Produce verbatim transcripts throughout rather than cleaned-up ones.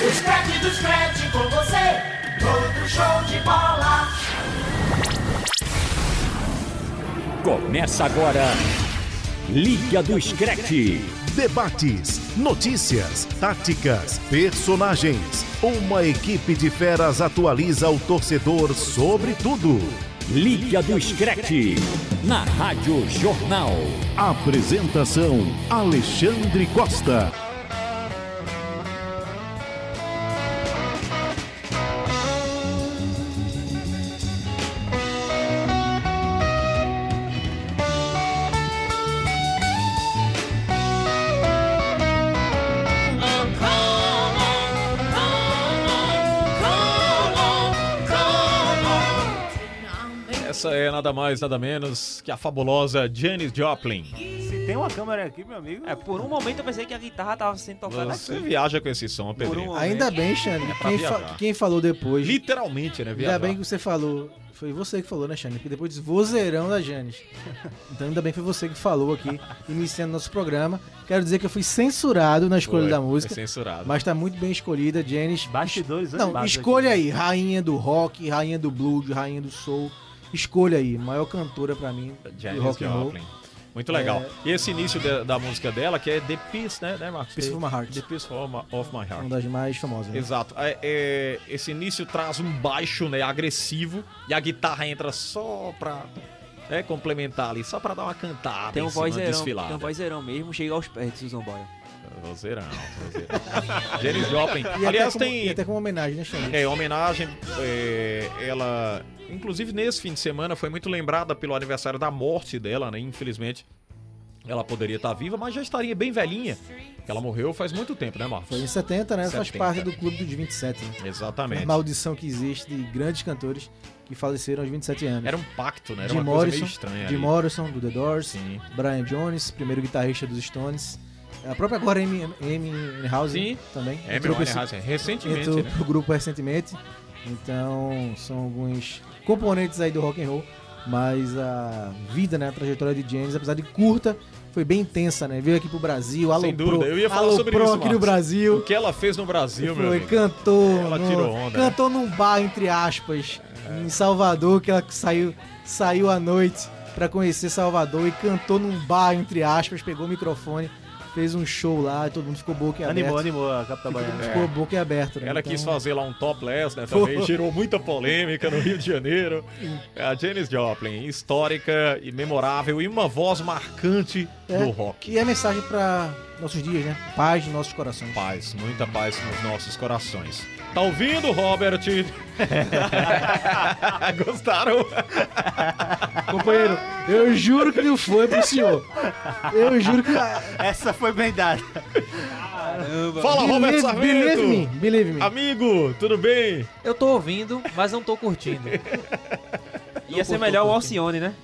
O Scratch do Scratch com você, todo show de bola. Começa agora, Liga do Scratch. Debates, notícias, táticas, personagens. Uma equipe de feras atualiza o torcedor sobre tudo. Liga do Scratch, na Rádio Jornal. Apresentação: Alexandre Costa. Essa é nada mais, nada menos que a fabulosa Janis Joplin. Se tem uma câmera aqui, meu amigo... É, por um momento eu pensei que a guitarra tava sendo tocada Você aqui. viaja com esse som, Pedrinho. um Ainda bem, Xane. É pra quem, fa- viajar. quem falou depois... Literalmente, né, viajar. Ainda bem que você falou... Foi você que falou, né, Xane? Porque depois diz vozeirão da Janis. Então ainda bem que foi você que falou aqui, iniciando nosso programa. Quero dizer que eu fui censurado na escolha Foi, da música. foi censurado. Mas tá muito bem escolhida, Janis. Bastidores Não, animados escolha aqui. aí. Rainha do rock, rainha do blues, rainha do soul. Escolha aí. Maior cantora pra mim de Janis rock and roll. Joplin. Muito legal. E esse início de- da música dela, que é The Peace, né, né Marcos? Peace of My Heart. The Peace of My, of my Heart. Uma das mais famosas. Né? Exato. É, é, esse início traz um baixo, né, agressivo, e a guitarra entra só pra é, complementar ali, só pra dar uma cantada Tem um em cima, vozeirão, desfilada. tem um vozeirão mesmo, chega aos pés de Susan Boyle. Vozeirão, vozeirão. Janis Joplin. E Aliás, até como, tem... e até como homenagem, né, Xane? É, homenagem, é, ela, inclusive nesse fim de semana, foi muito lembrada pelo aniversário da morte dela, né? Infelizmente, ela poderia estar viva, mas já estaria bem velhinha. Ela morreu faz muito tempo, né, Marcos? Foi em setenta, né? Faz setenta. parte do clube dos vinte e sete. Né? Exatamente. A maldição que existe de grandes cantores que faleceram aos vinte e sete anos. Era um pacto, né? Era Jim uma coisa Morrison, meio estranha Jim ali. Morrison, do The Doors, Sim. Brian Jones, primeiro guitarrista dos Stones, a própria agora Amy, Amy Winehouse Sim. também. É, entrou meu, pra esse- recentemente, entrou né? pro grupo recentemente. Então, são alguns componentes aí do rock and roll, mas a vida, né, a trajetória de Janis, apesar de curta, foi bem intensa, né? Veio aqui pro Brasil, Sem aloprou, dúvida, eu ia falar aloprou sobre isso, aqui no Marcos. Brasil. O que ela fez no Brasil, meu Foi, amigo? cantou, Ela no- tirou onda, cantou num bar, entre aspas, em Salvador, que ela saiu, saiu à noite pra conhecer Salvador e cantou num bar, entre aspas, pegou o microfone, fez um show lá, e todo mundo ficou boca aberta. Animou, animou a capital Ficou, baiana. ficou boca aberta, né? Ela Então, quis fazer lá um topless, né? Foi. Também gerou muita polêmica no Rio de Janeiro. A Janis Joplin, histórica e memorável e uma voz marcante É. do rock. E a mensagem pra nossos dias, né? Paz nos nossos corações. Paz, muita paz nos nossos corações. Tá ouvindo, Robert? Gostaram? Companheiro, eu juro que não foi pro senhor. Eu juro que... Essa foi bem dada. Fala, Robert Believe, believe Sarmento! me, believe me. Amigo, tudo bem? Eu tô ouvindo, mas não tô curtindo. Ia ser melhor o Alcione, né?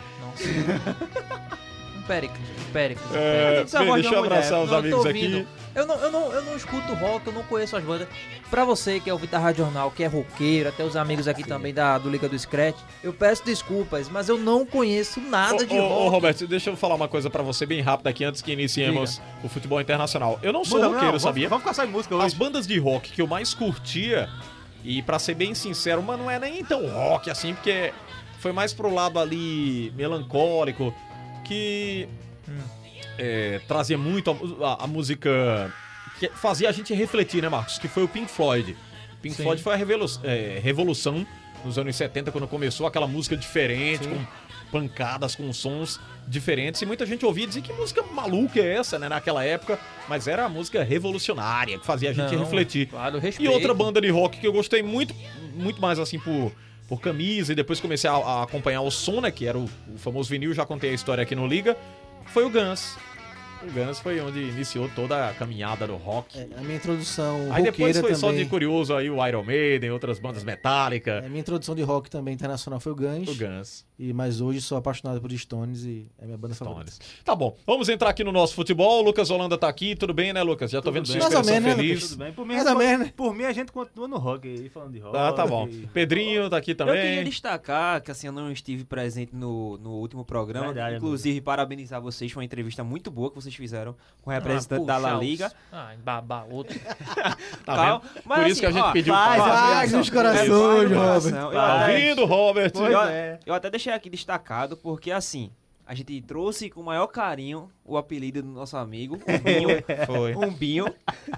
Um Péricles, um Péricles. um É, Péricles. Essa bem, voz deixa de eu uma abraçar mulher. os Não, eu amigos tô aqui. ouvindo. Eu não, eu, não, eu não escuto rock, eu não conheço as bandas. Pra você que é ouvinte da Rádio Jornal, que é roqueiro, até os amigos aqui também da, do Liga do Scratch, eu peço desculpas, mas eu não conheço nada Ô, de ô, rock. ô, Roberto, deixa eu falar uma coisa pra você bem rápido aqui antes que iniciemos o futebol internacional. Eu não sou Muda, roqueiro, não, sabia? Vamos, vamos ficar só em música As hoje. bandas de rock que eu mais curtia, e pra ser bem sincero, mas não é nem tão rock assim, porque foi mais pro lado ali melancólico, que é, trazia muito a, a- a música que fazia a gente refletir, né, Marcos? Que foi o Pink Floyd. Pink Sim. Floyd foi a revolu- é, revolução nos anos setenta, quando começou aquela música diferente, Sim. com pancadas, com sons diferentes, e muita gente ouvia dizer que música maluca é essa, né, naquela época, mas era a música revolucionária, que fazia a gente Não, refletir. Claro, E respeito. outra banda de rock que eu gostei muito, muito mais assim por, por camisa, e depois comecei a, a acompanhar o som, né, que era o, o famoso vinil, já contei a história aqui no Liga, foi o Guns. O Guns foi onde iniciou toda a caminhada do rock. É, a minha introdução Aí depois roqueira foi só também... de curioso aí o Iron Maiden, outras bandas Metallica, A minha introdução de rock também internacional foi o Guns. o Guns. E, mas hoje sou apaixonado por Stones e é minha banda Stones. favorita. Tá bom, vamos entrar aqui no nosso futebol. O Lucas Holanda tá aqui, tudo bem, né, Lucas? Já tô vendo sua Mais ou expressão menos, né, feliz. Lucas? Tudo bem. Por mim, Mais a ou gente- menos, né? por mim, a gente continua no rock aí, falando de rock. Ah, tá bom. Pedrinho tá aqui Eu queria também. destacar que assim, eu não estive presente no, no último programa. Verdade, Inclusive, parabenizar vocês. Foi uma entrevista muito boa que vocês fizeram com o representante Ah, da La puxa, Liga. os- Ah, babá, outro. Tá Calma. vendo? Mas, Por isso que a assim, gente ó, pediu faz, pra- Paz nos corações, Faz no Robert. coração. Eu Tá até- ouvindo, Robert? Pois eu, é. eu até deixei aqui destacado, porque assim, a gente trouxe com o maior carinho o apelido do nosso amigo, o Binho. Foi. Um Binho.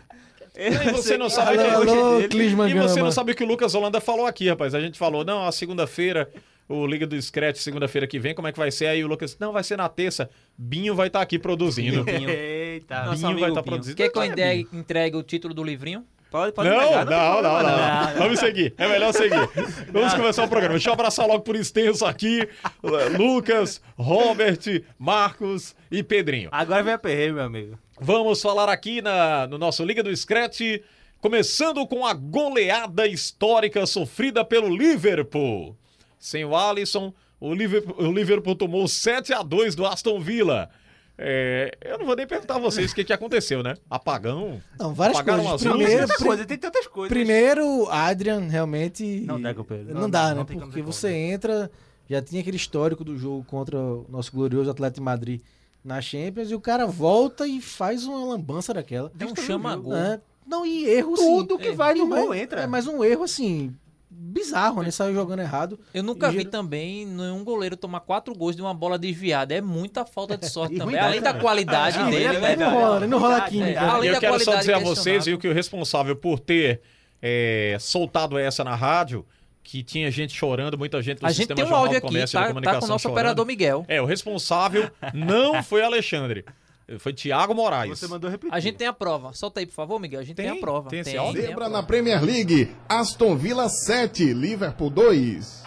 E você não sabe Alô, que... alô, Clisman E você Gama. não sabe o que o Lucas Holanda falou aqui, rapaz. A gente falou, não, a segunda-feira, o Liga do Scratch, segunda-feira que vem, como é que vai ser? Aí o Lucas, não, vai ser na terça. Binho vai estar aqui produzindo. Binho. Eita. Nosso Binho vai amigo estar Binho. produzindo. Quer que eu É, entregue, Binho. entregue o título do livrinho? Pode, pode Não, pegar, não, tem não, problema, não, Vamos seguir. É melhor seguir. Vamos começar o programa. Deixa eu abraçar logo por extenso aqui. Lucas, Robert, Marcos e Pedrinho. Agora vem a perreio, meu amigo. Vamos falar aqui na, no nosso Liga do Scratch, começando com a goleada histórica sofrida pelo Liverpool. Sem o Alisson, o Liverpool, o Liverpool tomou sete a dois do Aston Villa. É, eu não vou nem perguntar a vocês o que, que aconteceu, né? Apagão? Não, várias Apagaram coisas. as luzes? Primeiro, Tanta pri- coisa, tem tantas coisas. primeiro, Adrian realmente... Não dá, companheiro. Não, Não- dá, não né? tem como Porque ter como. você entra, já tinha aquele histórico do jogo contra o nosso glorioso Atlético de Madrid na Champions, e o cara volta e faz uma lambança daquela. Tem um chama-gol. Né? Não, e erro Tudo sim. que vai no Mas- gol entra. É, mas um erro assim, bizarro, né? Saiu jogando errado. Eu nunca E vi geral- também nenhum goleiro tomar quatro gols de uma bola desviada. É muita falta de sorte E também. ruindade Além da também. qualidade Ah, dele, é né? verdade. Não rola, né? Não rola Verdade, química. verdade. Além E eu da quero só qualidade dizer a vocês questionável. e o que o responsável por ter é, soltado essa na rádio, que tinha gente chorando, muita gente do A gente Sistema tem um Jornal áudio do aqui, Comércio e da tá, Comunicação tá com o nosso chorando. operador Miguel. É, o responsável não foi Alexandre, foi Thiago Moraes. Você mandou repetir. A gente tem a prova. Solta aí, por favor, Miguel. A gente tem, Tem? a prova. Tem esse tem, áudio? tem a Zebra prova. na Premier League, Aston Villa sete, Liverpool dois.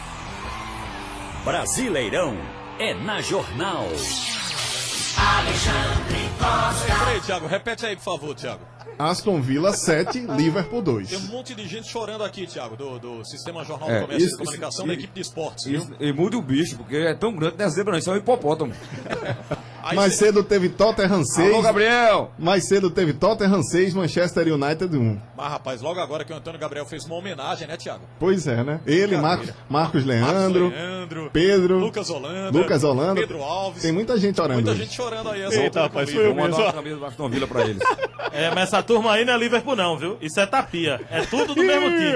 Brasileirão é na Jornal. Peraí, Thiago, repete aí, por favor, Thiago. Aston Villa sete, Liverpool dois. Tem um monte de gente chorando aqui, Thiago, do, do Sistema Jornal É, do Comércio isso- e da Comunicação isso- da equipe de esportes, viu? Isso, e muda o bicho, porque é tão grande, não é zebra não, isso é um hipopótamo. Aí Mais cê- cedo teve Tottenham Alô, seis. Gabriel! Mais cedo teve Tottenham seis, Manchester United um. Mas, rapaz, logo agora que o Antônio Gabriel fez uma homenagem, né, Thiago? Pois é, né? Ele, Marcos, Marcos Leandro, Marcos Leandro, Pedro, Lucas Holanda, Lucas Holanda. Pedro Alves. Tem muita gente orando. Muita hoje. gente chorando aí. Eita, rapaz, foi eu Vou mandar mesmo. uma camisa do Aston Villa pra eles. É, mas essa turma aí não é Liverpool não, viu? Isso é tapia. É tudo do mesmo time.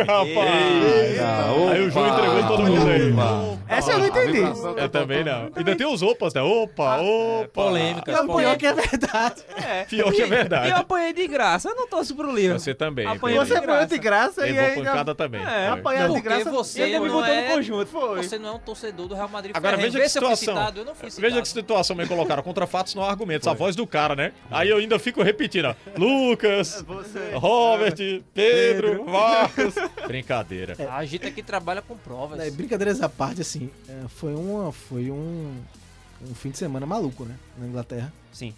Eita, Aí o João entregou todo mundo aí. Essa eu não entendi. Eu também não. Ainda tem os opas, né? Opa, opa. Polêmicas, Não, pior polêmicas. que é verdade. Pior que é Eu verdade. apanhei de graça, eu não torço pro Liverpool. Você também. Apanhei Pedro. Você apanhou de graça e Levou aí... pancada também. É, Foi. apanhar de Porque graça. você e ainda me não botou é- no conjunto, foi. Você não é um torcedor do Real Madrid. Agora Ferrenho. veja Vê que se eu fui situação. citado, eu não fui citado. Veja que situação me colocaram. Contra fatos, não há argumentos. A voz do cara, né? Aí eu ainda fico repetindo, ó. Lucas, Você. Robert, Pedro, Marcos. Brincadeira. A gente aqui trabalha com provas. É, brincadeiras à parte, assim, é, foi, uma, foi um, um fim de semana maluco, né? Na Inglaterra. Sim.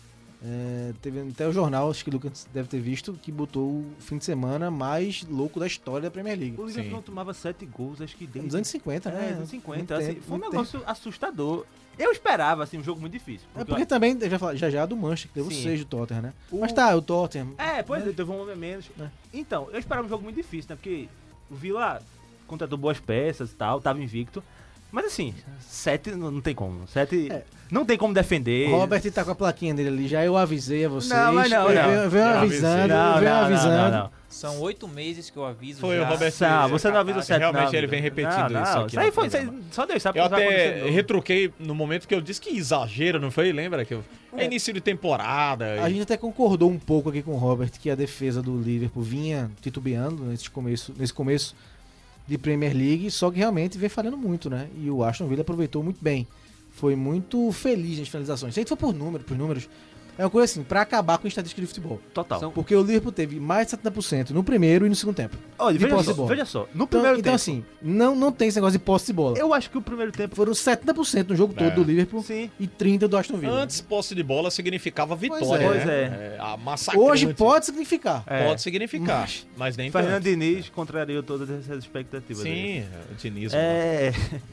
É, teve até o jornal, acho que o Lucas deve ter visto, que botou o fim de semana mais louco da história da Premier League. O Liverpool não tomava sete gols, acho que desde... Nos anos cinquenta, É, né? nos anos cinquenta. Muito Assim, tempo, foi um muito negócio assustador. Eu esperava, assim, um jogo muito difícil. tempo. É porque também, já, falar, já já do Manchester, que deu Sim. seis do Tottenham, né? O- Mas tá, o Tottenham... É, pois é, teve um homem a menos. É. Então, eu esperava um jogo muito difícil, né? Porque o Villa contratou boas peças e tal, tava invicto. Mas assim, sete não, não tem como. Sete É. não tem como defender. O Robert tá com a plaquinha dele ali, já eu avisei a vocês. Não, mas não, eu não. venho, venho Eu avisando, Não, eu venho não, não, avisando. não, não. São oito meses que eu aviso Foi já. o Robert. Não, você não avisa o sete, Realmente não, ele vem amigo. repetindo não, isso não, aqui Isso aí no foi, isso aí programa. só Deus sabe Eu o que vai até acontecer de novo. retruquei no momento que eu disse que exagero, não foi? Lembra que eu... é início de temporada. A e- gente até concordou um pouco aqui com o Robert que a defesa do Liverpool vinha titubeando nesse começo, nesse começo de Premier League, só que realmente vem falhando muito, né? E o Aston Villa aproveitou muito bem. Foi muito feliz nas finalizações. Se a gente for por número, por números, é uma coisa assim, pra acabar com a estatística de futebol. Total. São- Porque o Liverpool teve mais de setenta por cento no primeiro e no segundo tempo. Olha, de veja posse só, de bola. veja só. No Então, primeiro então tempo, assim, não, não tem esse negócio de posse de bola. eu acho que o primeiro tempo... Foram setenta por cento no jogo todo É. do Liverpool Sim. e trinta por cento do Aston Villa. Antes, posse de bola significava vitória, Pois é. Pois né? a massacrante. Hoje pode significar. É. Pode significar, mas, Mas- nem Fernando tanto. Diniz contrariou todas essas expectativas. aí. Sim, o Diniz. É.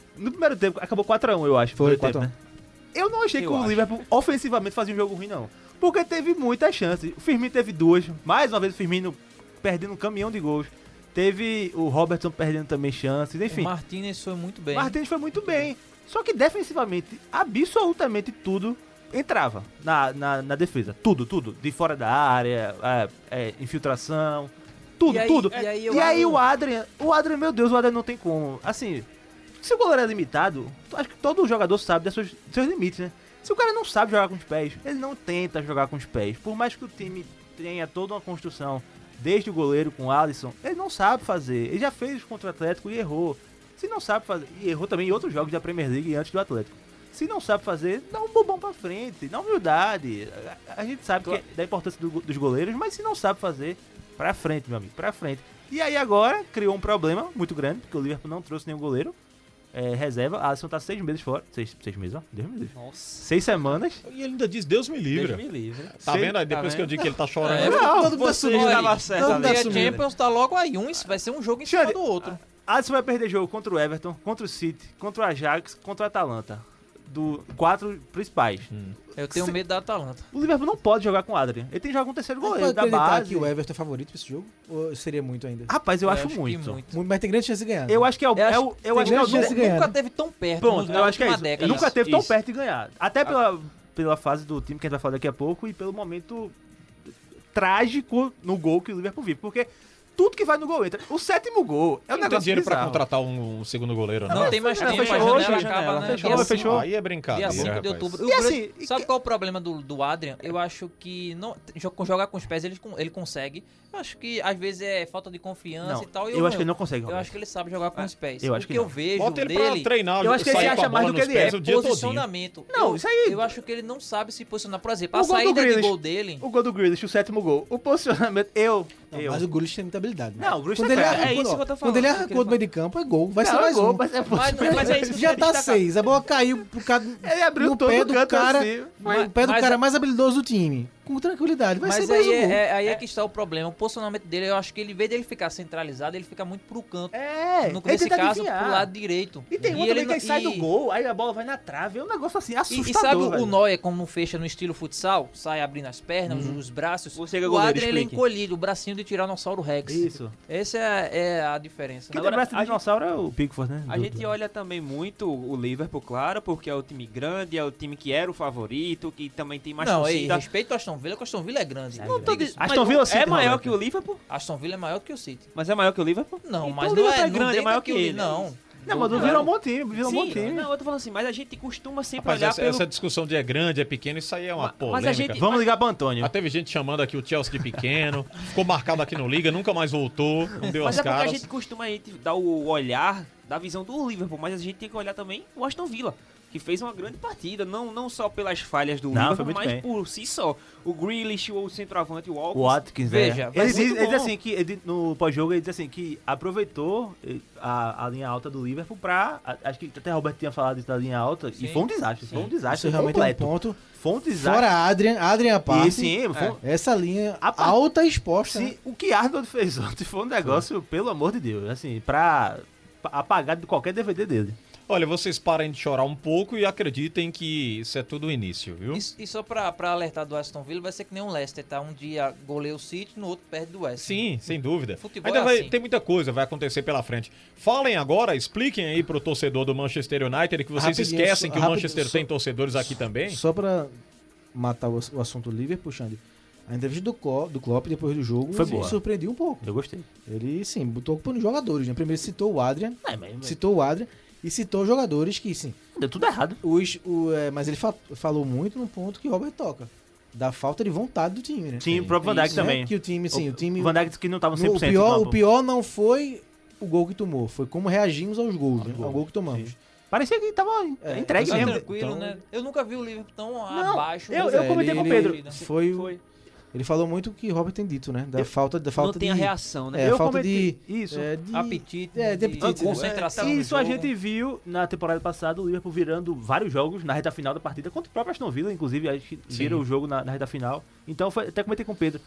No primeiro tempo, acabou quatro a um, eu acho. Foi primeiro tempo, quatro a um. né? Eu não achei Eu que o acho. Liverpool ofensivamente fazia um jogo ruim, não. Porque teve muitas chances. O Firmino teve duas. Mais uma vez o Firmino perdendo um caminhão de gols. Teve o Robertson perdendo também chances. Enfim, O Martinez foi muito bem. Martins foi muito bem. Só que defensivamente, absolutamente tudo entrava na, na, na defesa. Tudo, tudo. De fora da área, é, é, infiltração, tudo, E aí- tudo. e aí eu e aí acho- o Adrian, o Adrian, meu Deus, o Adrian não tem como. Assim, se o goleiro é limitado, acho que todo jogador sabe dos seus, dos seus limites, né? Se o cara não sabe jogar com os pés, ele não tenta jogar com os pés. Por mais que o time tenha toda uma construção, desde o goleiro com o Alisson, ele não sabe fazer. Ele já fez contra o Atlético e errou. Se não sabe fazer, e errou também em outros jogos da Premier League antes do Atlético. Se não sabe fazer, dá um bobão pra frente, dá humildade. A, a gente sabe que é da importância do- dos goleiros, mas se não sabe fazer, pra frente, meu amigo, pra frente. E aí agora criou um problema muito grande, porque o Liverpool não trouxe nenhum goleiro. É, reserva, a Alisson tá seis meses fora. Seis, seis meses, ó. Deus me livre. Nossa. Seis semanas. E ele ainda diz, Deus me livre. Deus me livre. Tá Sei- vendo aí? Depois tá que eu vendo? digo que ele tá chorando. É, Não, todo mundo Você assumiu. estava Todo certo mundo ali. E a assumiu. Champions tá logo aí, um, isso vai ser um jogo em cima Xande, do outro. Alisson vai perder jogo contra o Everton, contra o City, contra o Ajax, contra o Atalanta. Do quatro principais. Eu tenho Se- medo da Atalanta. O Liverpool não pode jogar com o Adrian. Ele tem que jogar com o terceiro Mas goleiro pode da acreditar base. que o Everton é favorito pra esse jogo? Ou seria muito ainda? Rapaz, eu, acho, que muito. muito. Muito, mas tem grande chance de ganhar. Eu acho que é o. Eu é acho- o- eu tem acho que é o. grande chance de do- ganhar. Nunca teve tão perto Pronto, na eu acho que é última isso. década. Nunca teve tão isso. perto de ganhar. Até pela, pela fase do time que a gente vai falar daqui a pouco e pelo momento trágico no gol que o Liverpool vive. Porque tudo que vai no gol entra. O sétimo gol é um Não tem negócio dinheiro pra bizarro. contratar um, um segundo goleiro, não. Não tem mais É, tempo, fechou a janela hoje, acaba, janela, né? fechou, Dia fechou. cinco- Aí é brincadeira, Dia cinco de rapaz. outubro. E O grande- assim, e sabe que- qual é o problema do, do Adrian? Eu acho que não, jo- jogar com os pés ele, con- ele consegue. Eu acho que às vezes é falta de confiança Não, e tal. e eu acho que ele não consegue, Eu Roberto. acho que ele sabe jogar com os pés. eu acho o que que eu não. vejo Bota ele dele... pra treinar, eu acho que ele sair se com a acha mais bola do que nos ele é. pés o dia todinho. Posicionamento. Não, eu, isso aí- Eu acho que ele não sabe se posicionar. Por exemplo, O a gol do saída de Grealish. gol dele... O gol do Grealish, o sétimo gol. O posicionamento, eu. Não, eu. mas o Grealish tem muita habilidade. né? Não, o Grealish quando é ele fera. arrancou, É isso ó, que eu tô Quando falando, ele que eu arrancou queria do meio de campo, é gol. Vai Não, ser é mais gol, um. mas é Mas, mas é isso que eu Já queria tá destacar. seis. A bola caiu pro cara, Ele abriu no todo pé o do canto cara, assim. Mas- no pé do mas cara a- mais habilidoso do time. Com tranquilidade. Vai Mas ser mais aí, um gol. é, é- aí é que está o problema. O posicionamento dele, eu acho que ele, em vez dele ficar centralizado, ele fica muito pro canto. É, No, ele nesse tenta caso, desviar. pro lado direito. E tem um ele também que não- aí sai do e- gol, aí a bola vai na trave. É um negócio assim, E, assustador. e sabe o- velho. o Neuer, como não fecha no estilo futsal? Sai abrindo as pernas, os, os braços. Você que é o goleiro, Adrian, ele é explique. encolhido, o bracinho de Tiranossauro Rex. Isso. Essa é, é a diferença. Quem Agora, tem braço de a gente- dinossauro é o Pickford, né? A Do- gente do- olha também muito o Liverpool, claro, porque é o time grande, é o time que era o favorito, que também tem mais Não, ei, torcida. respeito ao Aston Villa, que o Aston Villa é grande. Não tô dizendo- Aston mas Villa o- City, é maior Roberto. que o Liverpool? Aston Villa é maior que o City. Mas é maior que o Liverpool? Não, Então mas o não Liverpool é, é não grande, é deita maior que que o ele. Não. Não, mas o Vila é um bom time, o Vila é um bom Sim, time. não, eu tô falando assim, mas a gente costuma sempre Rapaz, olhar essa, pelo... essa discussão de é grande, é pequeno, isso aí é uma Mas- mas a polêmica. gente- Vamos ligar pro Antônio. Já teve gente chamando aqui o Chelsea de pequeno, ficou marcado aqui no Liga, nunca mais voltou, não deu Mas as é porque caras. a gente costuma a gente dar o olhar da visão do Liverpool, mas a gente tem que olhar também o Aston Villa, que fez uma grande partida, não, não só pelas falhas do Não, foi Liverpool, muito mas bem. por si só. O Grealish, o centroavante, o Watkins. O Watkins, Veja, é. vai ele, ser diz, muito ele diz bom. assim que ele- no pós-jogo ele diz assim que aproveitou eh, a, a linha alta do Liverpool pra. a- acho que até o Robert tinha falado isso da linha alta Sim, e foi um desastre, foi um desastre Isso realmente completo. é um ponto. Foi um desastre. Fora Adrian, Adrian a parte. E sim, foi um- Essa linha A par- alta exposta. Sim, né? o que Arnold fez ontem foi um negócio, pelo amor de Deus, assim, pra, pra apagar de qualquer D V D dele. Olha, vocês parem de chorar um pouco e acreditem que isso é tudo o início, viu? E, e só pra, pra alertar do Aston Villa, vai ser que nem um Leicester, tá? Um dia goleia o City, no outro perde do West. Sim, sem dúvida. Futebol Ainda é vai, assim. tem muita coisa, vai acontecer pela frente. Falem agora, expliquem aí pro torcedor do Manchester United que vocês Rapidinho, esquecem só- que o rapidinho, Manchester só- tem torcedores aqui também. Só pra matar o, o assunto Liverpool, Xande. A entrevista do, Co, do Klopp depois do jogo Foi me boa. surpreendeu um pouco. Eu gostei. Ele, sim, botou culpa nos jogadores. Né? Primeiro citou o Adrian, É, mas, mas citou o Adrian e citou jogadores que, sim, deu tudo errado. os, o, é, mas ele fa- falou muito no ponto que o Robert toca. Da falta de vontade do time, né? Sim, o próprio Van Dijk Isso, também. né? Que o time, sim, o, time... O Van Dijk disse que não tava no- cem por o, cento. pior, no o campo. pior não foi o gol que tomou, foi como reagimos aos gols, né? gol. Ao gol que tomamos. Parecia que tava É, entregue Tá mesmo. tranquilo, Então- né? Eu nunca vi o Liverpool tão Não, abaixo. eu- né? eu comentei com o ele- Pedro. Foi, o- Foi. Ele falou muito o que o Robert tem dito, né? Da Eu- falta, da falta Não tem de... a reação, né? É, Eu falta comentei de... isso. é, de Apetite, É, de de- apetite. concentração. né? no Isso a jogo. gente viu na temporada passada, o Liverpool virando vários jogos na reta final da partida, contra o próprio Aston Villa, inclusive, a gente vira o jogo na, na reta final. Então, foi, até comentei com o Pedro,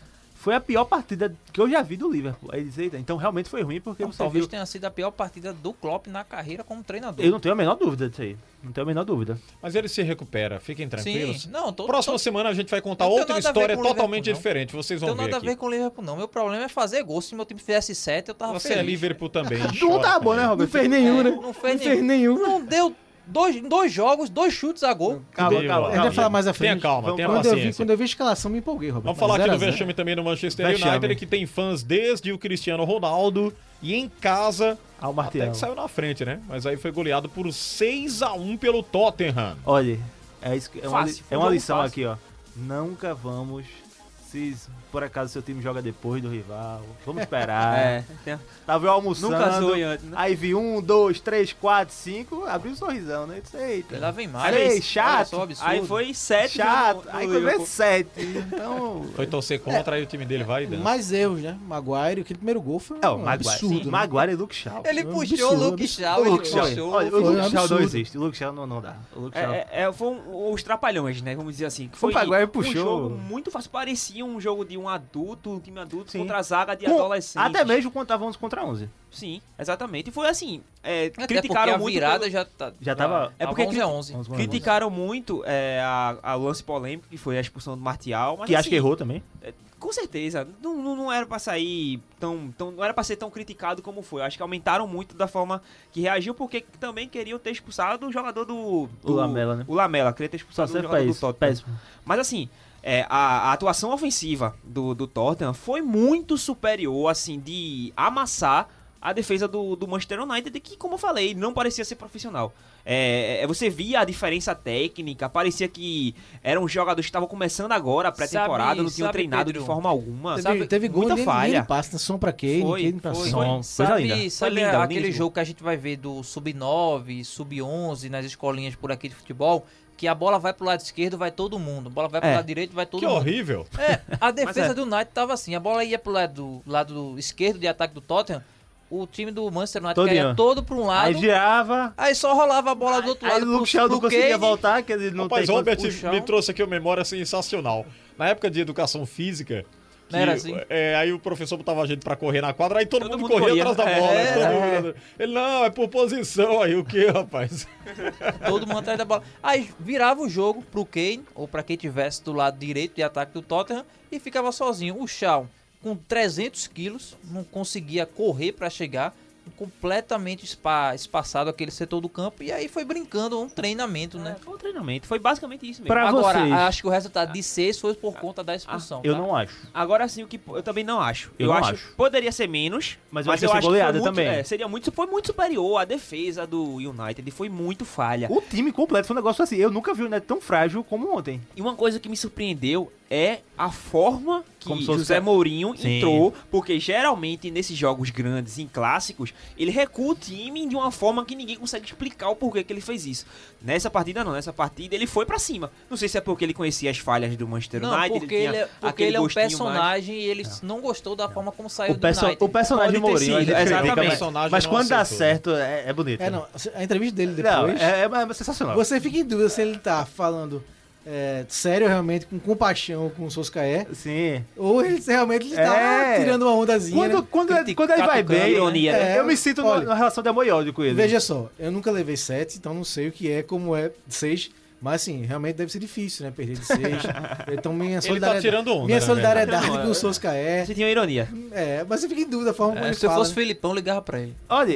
foi a pior partida que eu já vi do Liverpool. Aí diz, eita, então realmente foi ruim porque Então, você talvez viu... tenha sido a pior partida do Klopp na carreira como treinador. Eu não tenho a menor dúvida disso aí. Não tenho a menor dúvida. Mas ele se recupera, fiquem tranquilos. Sim, não, tô, Próxima tô, semana a gente vai contar não tem outra nada a ver história com o totalmente Liverpool, não. diferente, vocês vão Não tem ver nada aqui. a ver com o Liverpool, não. Meu problema é fazer gol. Se meu time fizesse sete, eu tava Você feliz. é Liverpool também. Não chora tá bom, também. né, Roberto? Não fez nenhum, É, né? não fez fez nenhum. nenhum. Não deu dois, dois jogos, dois chutes a gol. Calma, Viu? calma. A gente vai falar mais à frente. Tenha calma, Vamos- tenha Quando eu, vi, paciência. quando eu vi a escalação, me empolguei, Roberto. Vamos falar aqui zero do a zero. vexame também no Manchester Vexame. United, que tem fãs desde o Cristiano Ronaldo e em casa Ao até Martial. que saiu na frente, né? Mas aí foi goleado por seis a um pelo Tottenham. Olha, é, isso que- é uma, Fácil, li- foi é um uma jogo lição fácil. aqui, ó. Nunca vamos, se por acaso seu time joga depois do rival, vamos esperar. É, tem- Tava eu almoçando, nunca zoe antes, né? aí vi um, dois, três, quatro, cinco, abriu um sorrisão, né? Eu disse, eita. E lá vem mais. Ei, Olha chato. só o absurdo. Aí foi sete. Chato. no- no Aí quando vê Liverpool. sete. Então. Foi torcer contra, aí o time dele vai e dança. Mais erros, né? Maguire, aquele primeiro gol foi um É, o Maguire, absurdo. sim, né? Maguire e Luke Shaw. Ele Um puxou absurdo, o Luke absurdo. Shaw, O ele Luke Shaw. puxou. Olha, o foi Luke um Shaw não absurdo. existe. O Luke Shaw não, não dá. O Luke Shaw. É, é, foi um- os trapalhões, né? Vamos dizer assim. Que O foi Maguire um puxou. jogo muito fácil. Parecia um jogo de um adulto, um time adulto Sim. contra a zaga de Com- adolescentes. até mesmo quando tava onze contra onze. Sim, exatamente. E foi assim. É, Até criticaram porque a muito. virada pelo- já tá. Já tava. É porque onze a onze. onze. criticaram muito é, a, a lance polêmico, que foi a expulsão do Martial. Mas, Que acho assim, que errou também. Com certeza. Não, não, não era pra sair tão, tão. Não era pra ser tão criticado como foi. Eu acho que aumentaram muito da forma que reagiu, porque também queriam ter expulsado o jogador do. do O Lamela, né? O Lamela, queria ter Só expulsado o serve pra jogador do isso. Tottenham. Péssimo. Mas assim, é, a, a atuação ofensiva do, do Tottenham foi muito superior, assim, de amassar a defesa do, do Manchester United, que, como eu falei, não parecia ser profissional. É, é, você via a diferença técnica, parecia que eram jogadores que estavam começando agora a pré-temporada, Sabe- não tinham sabe, treinado Pedro? de forma alguma. Teve, Sabe? teve gol muita nem, falha. nem de passe, né? Som pra Kane, Foi, Kane pra foi. Son. Som. Coisa Sabe, linda. sabe Foi linda, aquele lindo. jogo que a gente vai ver do sub nove, sub onze nas escolinhas por aqui de futebol? Que a bola vai pro lado esquerdo, vai todo mundo. A bola vai pro É. lado direito, vai todo Que mundo. horrível. É, a defesa é. do United tava assim. A bola ia pro lado, do, lado esquerdo de ataque do Tottenham. O time do Manchester United Todinho. caía todo pra um lado. Aí girava. Aí só rolava a bola do outro Aí lado o Luke pro, Shaw não pro conseguia Kane. voltar, que ele não Rapaz, tem Robert o chão. me trouxe aqui uma memória sensacional. Na época de educação física, que, Não era assim? é, aí o professor botava a gente pra correr na quadra, aí todo, Todo mundo, mundo corria corria. atrás da É, bola. é, todo mundo- Ele, não, é por posição. Aí o que, rapaz? Todo mundo atrás da bola. Aí virava o jogo pro Kane, ou pra quem tivesse do lado direito de ataque do Tottenham, e ficava sozinho. O Shaw, com trezentos quilos, não conseguia correr pra chegar, completamente espa- espaçado aquele setor do campo, e aí foi brincando, um treinamento, né? É, foi um treinamento, foi basicamente isso mesmo. Pra Agora, vocês. acho que o resultado de seis foi por conta da expulsão. Eu tá? não acho. Agora sim, o que eu também não acho. Eu Eu, não acho, acho. poderia ser menos, Mas mas, eu acho que eu ia ser acho que foi goleada muito, também. é, seria muito, foi muito superior. A defesa do United foi muito falha. O time completo foi um negócio assim. Eu nunca vi o United tão frágil como ontem. E uma coisa que me surpreendeu é a forma que Como se fosse- José Mourinho Sim. entrou, porque geralmente nesses jogos grandes, em clássicos, ele recua o time de uma forma que ninguém consegue explicar o porquê que ele fez isso. Nessa partida não, nessa partida ele foi pra cima. Não sei se é porque ele conhecia as falhas do Manchester Não, United, porque ele ele, tinha é, porque aquele ele é um gostinho mais. personagem e ele não gostou da forma como saiu O, do perso United. o personagem Pode ter Mourinho, a sido, gente critica, exatamente. mas, Personagem mas não quando dá acertou. certo, é, é bonito. É, não. A entrevista dele Não, depois. é, é, é sensacional. Você fica em dúvida se ele tá falando é, sério realmente, com compaixão com o Solskjaer, Sim. ou ele realmente ele tá É. tirando uma ondazinha. Quando, né? quando, ele, Critica- quando ele vai catucando, bem, ironia, né? eu me sinto numa- Olha, numa relação de amor e ódio com ele. Veja só, eu nunca levei sete, então não sei o que é, como é seis. Mas assim, realmente deve ser difícil, né? Perder de seis. Então minha Ele tá solidariedade, tirando onda, minha né, solidariedade velho? com o Solskjaer. Você tinha uma ironia. É, mas você fica em dúvida da forma como É, ele se eu fala. fosse né? Felipão, ligava pra ele. Olha,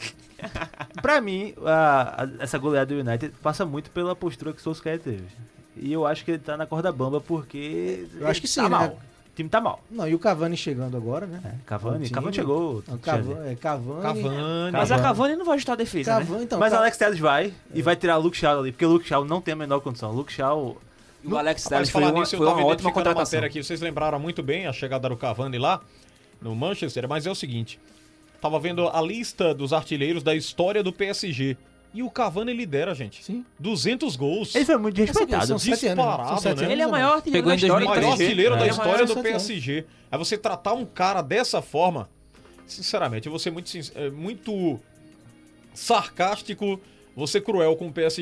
pra mim, a- a- essa goleada do United passa muito pela postura que o Solskjaer teve. E eu acho que ele tá na corda bamba porque. Eu acho que ele sim, tá né? mal. O time tá mal. Não, e o Cavani chegando agora, né? É, Cavani, O time- Cavani chegou. Não, Cavani, é, Cavani. Cavani. Mas a Cavani não vai ajustar a defesa, né? Cavani, então. Mas Ca- Alex Telles vai e vai tirar o Luke Shaw ali, porque o Luke Shaw não tem a menor condição. O Luke Shaw. O Alex Mas Telles foi falar uma, nisso, eu foi tava uma ótima identificando a contratação. matéria aqui. Vocês lembraram muito bem a chegada do Cavani lá no Manchester, mas é o seguinte. Tava vendo a lista dos artilheiros da história do P S G. E o Cavani lidera, gente. Sim. duzentos gols. Ele foi muito desrespeitado. São sete anos, né? São disparado, sete né? anos Ele é o a maior mais. artilheiro Pegou da em história. O maior dois mil e três. artilheiro da É. história É. do Sete P anos. S G. É você tratar um cara dessa forma, sinceramente, eu vou ser muito, sin- é, muito sarcástico, vou ser cruel com o P S G.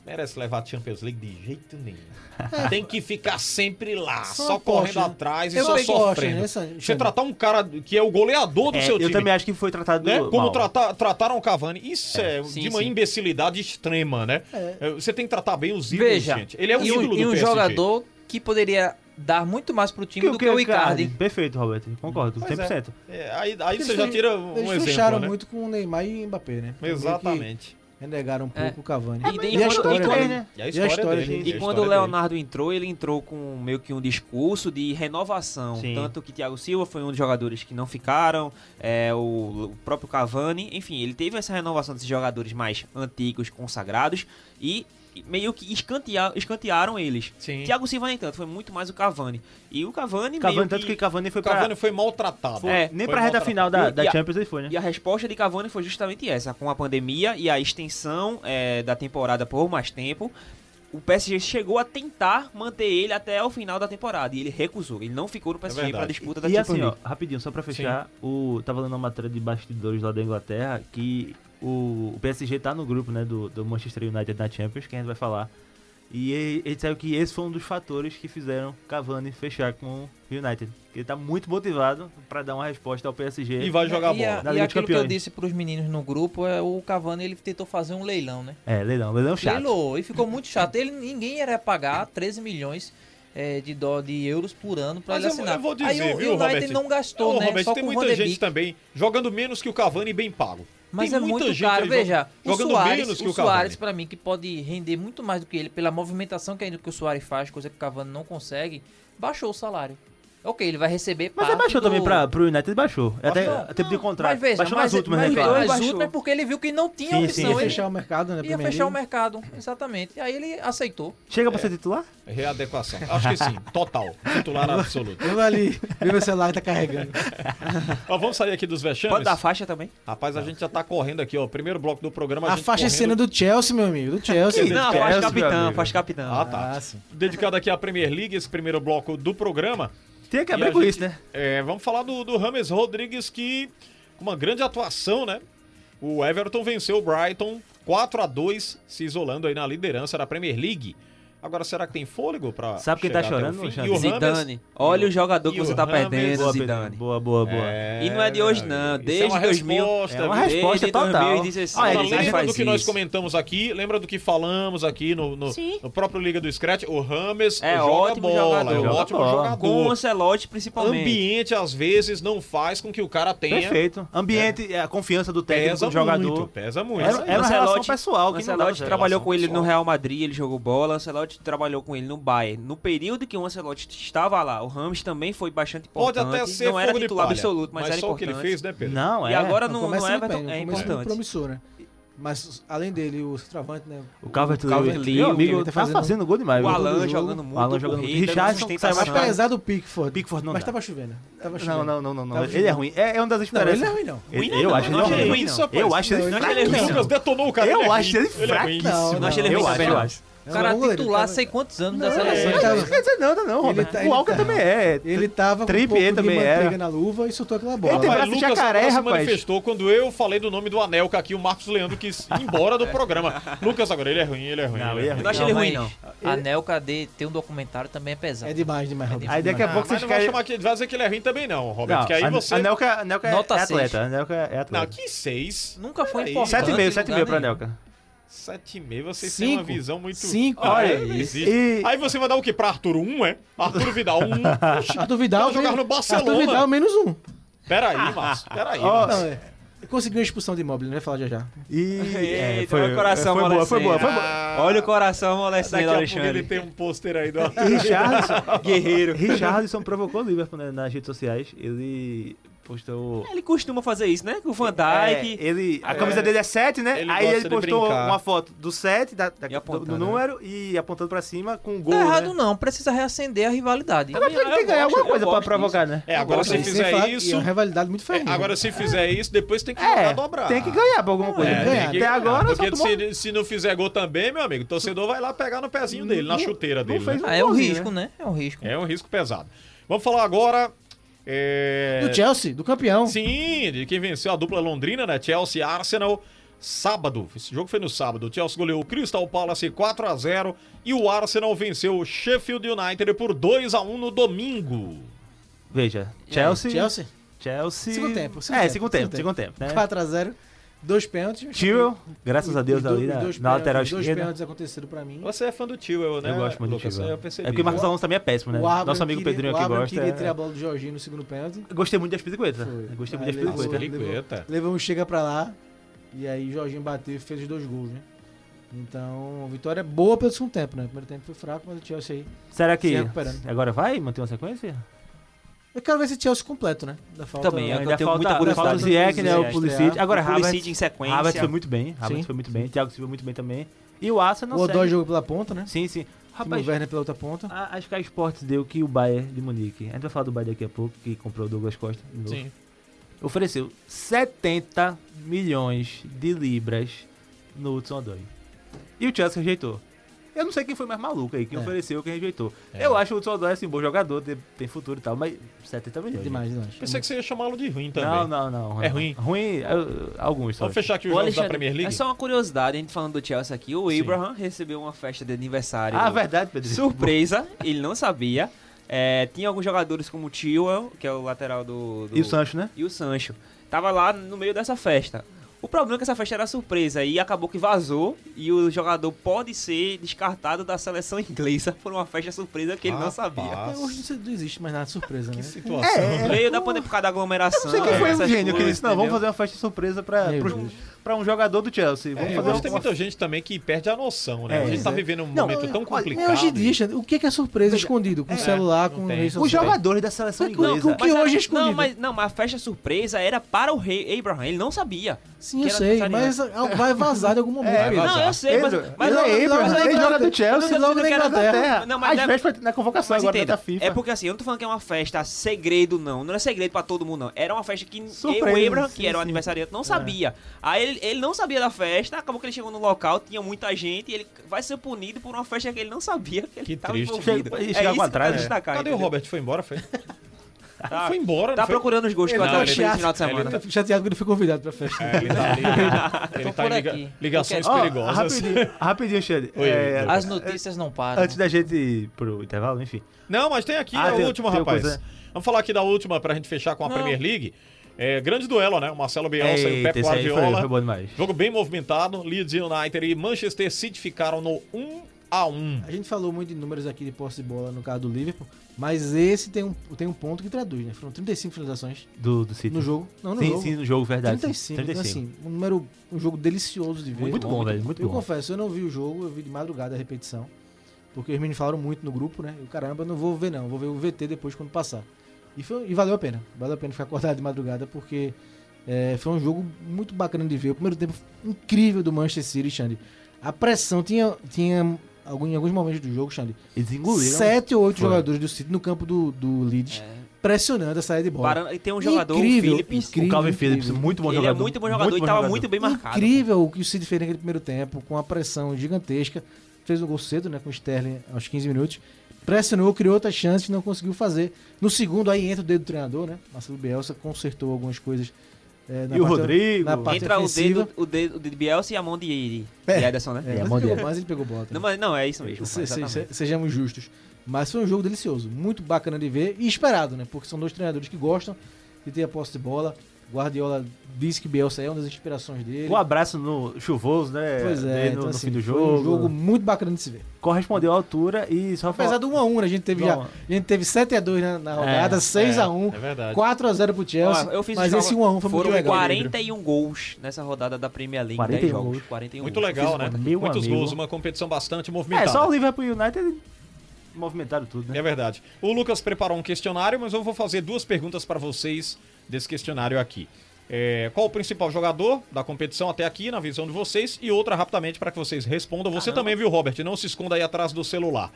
merece levar a Champions League de jeito nenhum. Tem que ficar sempre lá, Só só, aposta, correndo né? atrás e Eu só também gosto, sofrendo. né, San- Você Xande? tratar um cara que é o goleador do É, seu eu time, também acho que foi tratado né? Como mal. tratar, trataram o Cavani, isso é, sim, de uma sim. imbecilidade extrema, né? É. Você tem que tratar bem os ídolos, Veja, gente. Ele é o e um, ídolo e do um P S G. jogador que poderia dar muito mais pro time do que o Icardi. Perfeito, Roberto. Concordo, Pois cem por cento. É, aí aí Eles você já fe- tira um Eles exemplo, fecharam né? muito com o Neymar e Mbappé, né? Foi meio que Exatamente. Renegaram um É. pouco o Cavani. E tem- E a quando- história e quando- dele, né? E a E a história, história dele. dele. E a quando o história dele. Leonardo entrou, ele entrou com meio que um discurso de renovação. Sim. Tanto que Thiago Silva foi um dos jogadores que não ficaram, é, o, o próprio Cavani. Enfim, ele teve essa renovação desses jogadores mais antigos, consagrados, e meio que escantear, escantearam eles. Sim. Thiago Silva, nem tanto, foi muito mais o Cavani. E o Cavani, Cavani, meio tanto que Cavani foi O pra... Cavani foi maltratado. É, Nem Foi pra reta maltratado. final da, E- da e a- Champions ele foi, né? E a resposta de Cavani foi justamente essa, com a pandemia e a extensão é, da temporada por mais tempo. O P S G chegou a tentar manter ele até o final da temporada e ele recusou. Ele não ficou no P S G verdade. para disputa da E Champions assim, ó, League. rapidinho, só pra fechar, o, tava lendo uma matéria de bastidores lá da Inglaterra que o, o P S G tá no grupo, né, do, do Manchester United na Champions, que a gente vai falar. E ele, ele disseram que esse foi um dos fatores que fizeram Cavani fechar com o United. Ele tá muito motivado pra dar uma resposta ao P S G. E vai jogar e a- bola. Na e Liga dos aquilo que eu Campeões. disse pros meninos no grupo, é o Cavani ele tentou fazer um leilão, né? É, leilão, leilão chato. Leilou, e ficou muito chato. Ele, ninguém ia pagar treze milhões é, de, dó, de euros por ano pra Mas ele eu, assinar. eu vou dizer, Aí o viu, United Robert? não gastou, Ô, né? Robert, Só tem com o muita Van de gente Beek. também jogando menos que o Cavani bem pago. Mas Tem é muita muito gente caro, aí veja. O jogando Suárez, menos que o o Cavani. Suárez, pra mim, que pode render muito mais do que ele, pela movimentação que ainda que o Suárez faz, coisa que o Cavani não consegue, baixou o salário. Ok, ele vai receber Mas parte ele baixou do... também pra, pro United, baixou. Até Não, tempo de não, contrato. Mas veja, baixou mas, nas últimas, mas, né, mas, claro. nas últimas porque ele viu que não tinha Sim, sim, opção. Ia ele fechar o mercado, né? ia Premier fechar o League. mercado, exatamente. E aí ele aceitou. Chega pra ser titular? Readequação. Acho que sim, total. Titular absoluto. Eu vou ali, ver meu celular tá carregando. Ó, vamos sair aqui dos vexames? Pode dar faixa também? Rapaz, a gente já tá correndo aqui, ó. Primeiro bloco do programa. A gente faixa correndo- cena do Chelsea, meu amigo. Do Chelsea. Não, Chelsea, faz meu capitão, amigo. faz capitão. Ah, tá. Ah, sim. Dedicado aqui à Premier League, esse primeiro bloco do programa. Tem que E abrir a com gente- isso, né? É, vamos falar do, do James Rodrigues, que com uma grande atuação, né? O Everton venceu o Brighton quatro a dois, se isolando aí na liderança da Premier League. Agora, será que tem fôlego pra Sabe quem tá chegar até o chorando, fim? Alexandre? E o James- Zidane. Olha o jogador que e o você tá James- perdendo, Boa, Zidane. Pedro. Boa, boa, boa. É, E não é de hoje, meu não. amigo. Desde Isso é uma dois mil. resposta, É uma viu? resposta Desde total. dois mil e dezesseis. Olha, Agora, ele- a gente lembra faz do que nós isso. comentamos aqui? Lembra do que falamos aqui no, no, Sim. no próprio Liga do Scratch? O Rames É joga ótimo bola, jogador. é um Joga ótimo bola. jogador. Com o Ancelotti, O principalmente. ambiente, às vezes, não faz com que o cara tenha... Perfeito. Ambiente, a confiança do técnico, Pesa do jogador. muito, pesa muito. Era, era uma relação pessoal O que não dava Ancelotti certo. trabalhou com ele pessoal. no Real Madrid, ele jogou bola. O Ancelotti trabalhou com ele no Bayern. No período que o Ancelotti estava lá, o Ramos também foi bastante Pode importante. até ser não era fogo de titular palha, absoluto, mas, era só o que importante. ele fez, né, Pedro? Não, é. E agora No no, no começo muito Everton bem, no é começo muito importante. promissor, né? Mas, além dele, o centroavante, né? O Calvert-Lewin, Calvert-Lewin, meu amigo, ele tá tá fazendo, fazendo gol demais. O viu? Alan jogo. jogando muito. O Alan jogando muito. corrida, Richardson sustentação. Mas apesar do Pickford. Pickford não Mas dá. tava chovendo. Tava chovendo. Não, não, não, não, não. Tava Ele é chovendo. ruim. É, é uma das Não, esperanças. ele não é ruim, não. Ele- Ruim eu não, acho não ele achei ele ruim. ruim, não. Eu acho ele Não, não achei ele ruim, O não. Lucas detonou o cara. Eu ele é acho ruim. ele Ele é fraco. ruim. Não, Não achei ele Eu ruim acho, também, eu não. acho. O cara Não, ele titular tava- sei quantos anos da Não, seleção. ele tava- Não quer dizer nada, não, Roberto. tá- O Alca ele tá- também é. Ele tava com um Trippier pouco de também manteiga era. na luva e soltou aquela bola. Ele tem Mas braço de Lucas jacaré, agora se rapaz. manifestou quando eu falei do nome do Anelka aqui, o Marcos Leandro quis ir embora do programa. Lucas agora, ele é ruim, ele é ruim. Não, ele ele é é ruim. Eu não achei ele ruim, mas não. A Nel Cadê tem um documentário também é pesado. É demais, demais, Roberto. Aí daqui a Ah, pouco mas vocês não vai querem... chamar que vai dizer que ele é ruim também não, Roberto, Não, que aí a- você... a Nelka, a Nelka é Nota é atleta. seis. A Nelka é atleta. Não, que seis. Nunca foi Peraí. importante. Sete e meio, em sete e lugar meio pra nenhum. Nelka. Sete e meio, vocês têm uma Cinco. visão muito... Cinco. Ah, Olha é? Não isso. existe. E- Aí você vai dar o quê? Pra Arthur um, é? Arthur Vidal um. Oxi, Arthur Vidal. Vai jogar no Barcelona. Arthur Vidal menos um. Peraí, Márcio, peraí, Ó, Márcio. Não, é. Conseguiu a expulsão de Imóvel, vai falar já já. E... é, Eita, olha o coração foi boa, foi boa, foi amolecendo. boa. Olha o coração Daqui amolecendo, a pouco ele Alexandre. tem um pôster aí do E Richardson, Guerreiro. Richardson provocou o Liverpool, né, nas redes sociais. Ele postou... Ele costuma fazer isso, né? Com o Van É, Dijk. ele, a camisa dele é sete, né? Ele Aí gosta ele de postou brincar. uma foto do sete, da, da- E do, apontando, do número, e apontando pra cima com o gol, Tá errado né? não, precisa reacender a rivalidade. Mas tem que ganhar alguma coisa pra provocar, né? É, agora se Sem fizer falar- isso... E é uma rivalidade muito é, ferrenha. agora se fizer isso, depois tem que jogar É, dobrar. tem que ganhar pra alguma coisa. É, né? tem ganhar. que Até ganhar, agora só porque tomou... se, se não fizer gol também, meu amigo, o torcedor vai lá pegar no pezinho dele, na Não- chuteira não dele. fez né? Ah, é um golzinho, risco, né? É um risco. É um risco pesado. Vamos falar agora... é, Do Chelsea, do campeão. Sim, de quem venceu a dupla londrina, né? Chelsea e Arsenal. sábado. Esse jogo foi no sábado. O Chelsea goleou o Crystal Palace quatro a zero e o Arsenal venceu o Sheffield United por dois a um no domingo. Veja, Chelsea... Chelsea? Chelsea... Segundo tempo. É, segundo tempo, segundo tempo, né? quatro a zero, dois pênaltis. Tio, graças a Deus, Os ali dois- na, dois na lateral pênaltis- Dois esquerda. pênaltis aconteceram pra mim. Você é fã do Tio, né? Eu gosto muito Lucas? do Tio. Eu percebi. É porque o Marcos Alonso também é péssimo, né? O Abraham Nosso amigo queria- Pedrinho o aqui Abraham gosta. queria é- tirar a bola do Jorginho no segundo pênalti. Gostei muito de Aspilicueta. Foi. Gostei muito Aí de levou- Aspilicueta. Aspilicueta. Levou um chega pra lá. E aí Jorginho bateu e fez os dois gols, né? Então, vitória boa pelo segundo tempo, né? O primeiro tempo foi fraco, mas o Chelsea aí Será se que recuperando. agora vai manter uma sequência? Eu quero ver esse Chelsea completo, né? Da falta, Também, eu Ainda tenho falta, muita curiosidade. falta o Ziyech, né? O Ziyech, Pulisic. estrear. Agora, O Pulisic Havertz, em sequência. Havertz foi muito bem. Havertz Sim. foi muito bem. Thiago Silva muito bem também. E o Arsenal O Odói segue. jogou pela ponta, né? Sim, sim. Rapaz, Rapaz, o Werner pela outra ponta. a, a Sky Sports deu que o Bayern de Munique, a gente vai falar do Bayern daqui a pouco, que comprou o Douglas Costa de novo, Sim. ofereceu setenta milhões de libras no Hudson Odoi. E o Chelsea rejeitou. Eu não sei quem foi mais maluco aí, quem É. ofereceu, quem rejeitou. É. Eu acho o Hudson Odoi assim, bom jogador, tem, tem futuro e tal, mas setenta milhões. Demais, demais. Pensei que você ia chamá-lo de ruim também. Não, não, não. É ruim? Ruim, eu- alguns só. Vamos fechar aqui os Ô, jogos da Alexandre, Premier League? é só uma curiosidade, a gente falando do Chelsea aqui, o Sim. Abraham recebeu uma festa de aniversário. Ah, verdade, Pedro. Surpresa, ele não sabia. É, tinha alguns jogadores como o Chilwell, que é o lateral do, do... E o Sancho, né? E o Sancho. Tava lá no meio dessa festa. O problema é que essa festa era surpresa e acabou que vazou e o jogador pode ser descartado da seleção inglesa por uma festa surpresa que ele não sabia. Rapaz. Até hoje não existe mais nada de surpresa, né? Que situação. É, Veio da pandemia por causa da aglomeração. Não sei quem foi o essas gênio que coisas, disse, não, vamos entendeu? fazer uma festa surpresa pra, Meu pros- Deus. pra um jogador do Chelsea. Vamos É, eu fazer acho que tem uma... muita gente também que perde a noção, né? É, a gente tá é. vivendo um Não, momento tão olha, complicado. Hoje em dia, Xande, o que que é surpresa escondido? Com É, celular, não com tem. rede Os social? jogadores da seleção Mas o- inglesa. o que Mas era- hoje é escondido? Não, mas, não, mas a festa surpresa era para o rei Abraham, ele não sabia. Sim, que eu era sei, aniversariante. mas vai vazar em algum momento. É, Pedro. Não, eu sei, mas, Pedro, mas ele logo- é logo- Abraham, logo- ele joga do Chelsea, eu não tô logo dizendo na que era- Inglaterra. Não, mas Às não é- vezes vai- na convocação Mas agora entenda, da FIFA. é porque assim, eu não tô falando que é uma festa segredo, não. Não é segredo pra todo mundo, não. Era uma festa que Surpresa, o Abraham, sim, que era o sim. aniversariante, não sabia. Aí ele, ele não sabia da festa, acabou que ele chegou no local, tinha muita gente, e ele vai ser punido por uma festa que ele não sabia que ele Que tava triste. envolvido. Chega- e É chegar isso com que atrás, eu quero né? destacar. Cadê o entendeu? Robert? Foi embora, foi? Tá, Foi embora, não tá foi? procurando os gostos Ele pra tá dar esse chateado. final de semana. Ele tá chateado que ele foi convidado pra festa. É, ele tá ali. Ele Tô tá em por liga- aqui. ligações Ó, perigosas. rapidinho, rapidinho, Xande. Oi, É, oi. As notícias não param. antes da gente ir pro intervalo, enfim. Não, mas tem aqui Ah, a tem- última, tem rapaz. coisa- Vamos falar aqui da última pra gente fechar com a Não. Premier League. É, grande duelo, né? O Marcelo Bielsa e o Eita, Pep esse aí foi, Guardiola. foi bom demais. Jogo bem movimentado. Leeds United e Manchester City ficaram no um a um. A gente falou muito de números aqui de posse de bola no caso do Liverpool, mas esse tem um, tem um ponto que traduz, né? Foram trinta e cinco finalizações Do, do City. no jogo. Não, no sim, jogo. sim, no jogo, verdade. trinta e cinco, trinta e então cinco. assim, um número, um jogo delicioso de ver. Muito bom, velho, muito Eu bom. confesso, eu não vi o jogo, eu vi de madrugada a repetição, porque os meninos falaram muito no grupo, né? E caramba, eu não vou ver não, vou ver o V T depois quando passar. E, foi, e valeu a pena, valeu a pena ficar acordado de madrugada, porque é, foi um jogo muito bacana de ver. O primeiro tempo incrível do Manchester City, Xande. A pressão tinha, tinha algum, em alguns momentos do jogo, Xande, Eles engoliram. sete ou oito Foi. jogadores do City no campo do, do Leeds, É. pressionando a saída de bola. Parando- e tem um jogador, Incrível, o Phillips. incrível. O Calvin incrível. Phillips, muito bom Ele jogador. é muito bom jogador e bom tava jogador. muito bem marcado. Incrível o que o City fez naquele primeiro tempo, com a pressão gigantesca. Fez um gol cedo, né, com o Sterling aos quinze minutos. Pressionou, criou outras chances, não conseguiu fazer. No segundo, aí entra o dedo do treinador, né? Marcelo Bielsa consertou algumas coisas. É, na E o parte- Rodrigo? Na parte Entra o ofensiva. dedo, o dedo, o dedo de Bielsa e a mão de, de, É. de Ederson, né? É, É, mas, a ele mão pegou, dele. mas ele pegou bola. Não, também. mas, não, é isso mesmo. Se- se- exatamente. se- sejamos justos. Mas foi um jogo delicioso, muito bacana de ver e esperado, né? Porque são dois treinadores que gostam de ter a posse de bola. Guardiola disse que Bielsa é uma das inspirações dele. Um abraço no chuvoso, né? Pois é, dele no, então, no assim, fim do foi jogo. um jogo muito bacana de se ver. Correspondeu à altura e só Apesar falar- do um a um, né? A gente teve Não. já, a gente teve sete a dois na, na rodada, seis a um, É verdade. quatro a zero pro Chelsea, Ó, eu fiz mas o esse jogo- um a um foi muito Foram legal. quarenta e um gols nessa rodada da Premier League. quarenta e um dez jogos. gols. quarenta e um Muito gols. legal, Eu né? fiz Meu Muitos amigo. gols, uma competição bastante É, movimentada. só o Liverpool e o United movimentaram tudo, né? É verdade. O Lucas preparou um questionário, mas eu vou fazer duas perguntas para vocês desse questionário aqui. É, qual o principal jogador da competição até aqui, na visão de vocês? E outra rapidamente para que vocês respondam. Você também, viu, Robert? Não se esconda aí atrás do celular.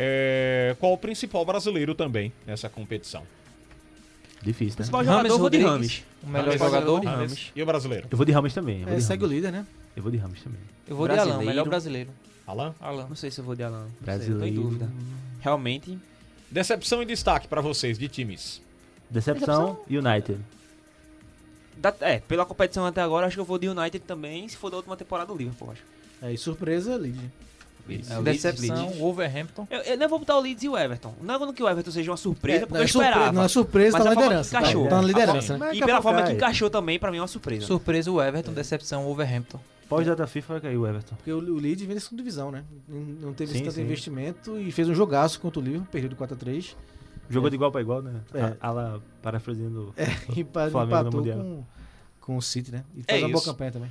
É, qual o principal brasileiro também nessa competição? Difícil, né? Principal Rames jogador, eu vou de Rodrigues, Rames. o melhor Rames, jogador. Rames. E o brasileiro? Eu vou de Ramos também. Eu vou É, de segue o Ramos. líder, né? Eu vou de Ramos também. Eu vou de Alan, Brasileiro. melhor brasileiro. Alan? Alan. Não sei se eu vou de Alan. Não sei, eu tô Brasileiro. em dúvida. Realmente, Decepção e destaque para vocês de times. Decepção, United. Da, é, pela competição até agora, acho que eu vou de United também, se for da última temporada do Liverpool, acho. É, e surpresa, Leeds. Leeds. É, decepção, o Wolverhampton. Eu, eu não vou botar o Leeds e o Everton. Não é que o Everton seja uma surpresa, É, porque não eu é surpresa, esperava. não é surpresa, mas tá a na forma liderança. que encaixou. Tá, tá na A liderança, forma- né? E Mas pela forma que cai. encaixou também, pra mim é uma surpresa. Surpresa o Everton, decepção o Wolverhampton. Pós-data FIFA vai cair o Everton. Porque o, o Leeds vem da segunda divisão, né? Não não teve Sim, tanto sim. investimento e fez um jogaço contra o Liverpool, perdeu de quatro a três. Jogou É. de igual pra igual, né? É. A, a lá, parafraseando É, e pa- Flamengo no empatou Mundial. com, com o City, né? E É fez uma boa isso. campanha também.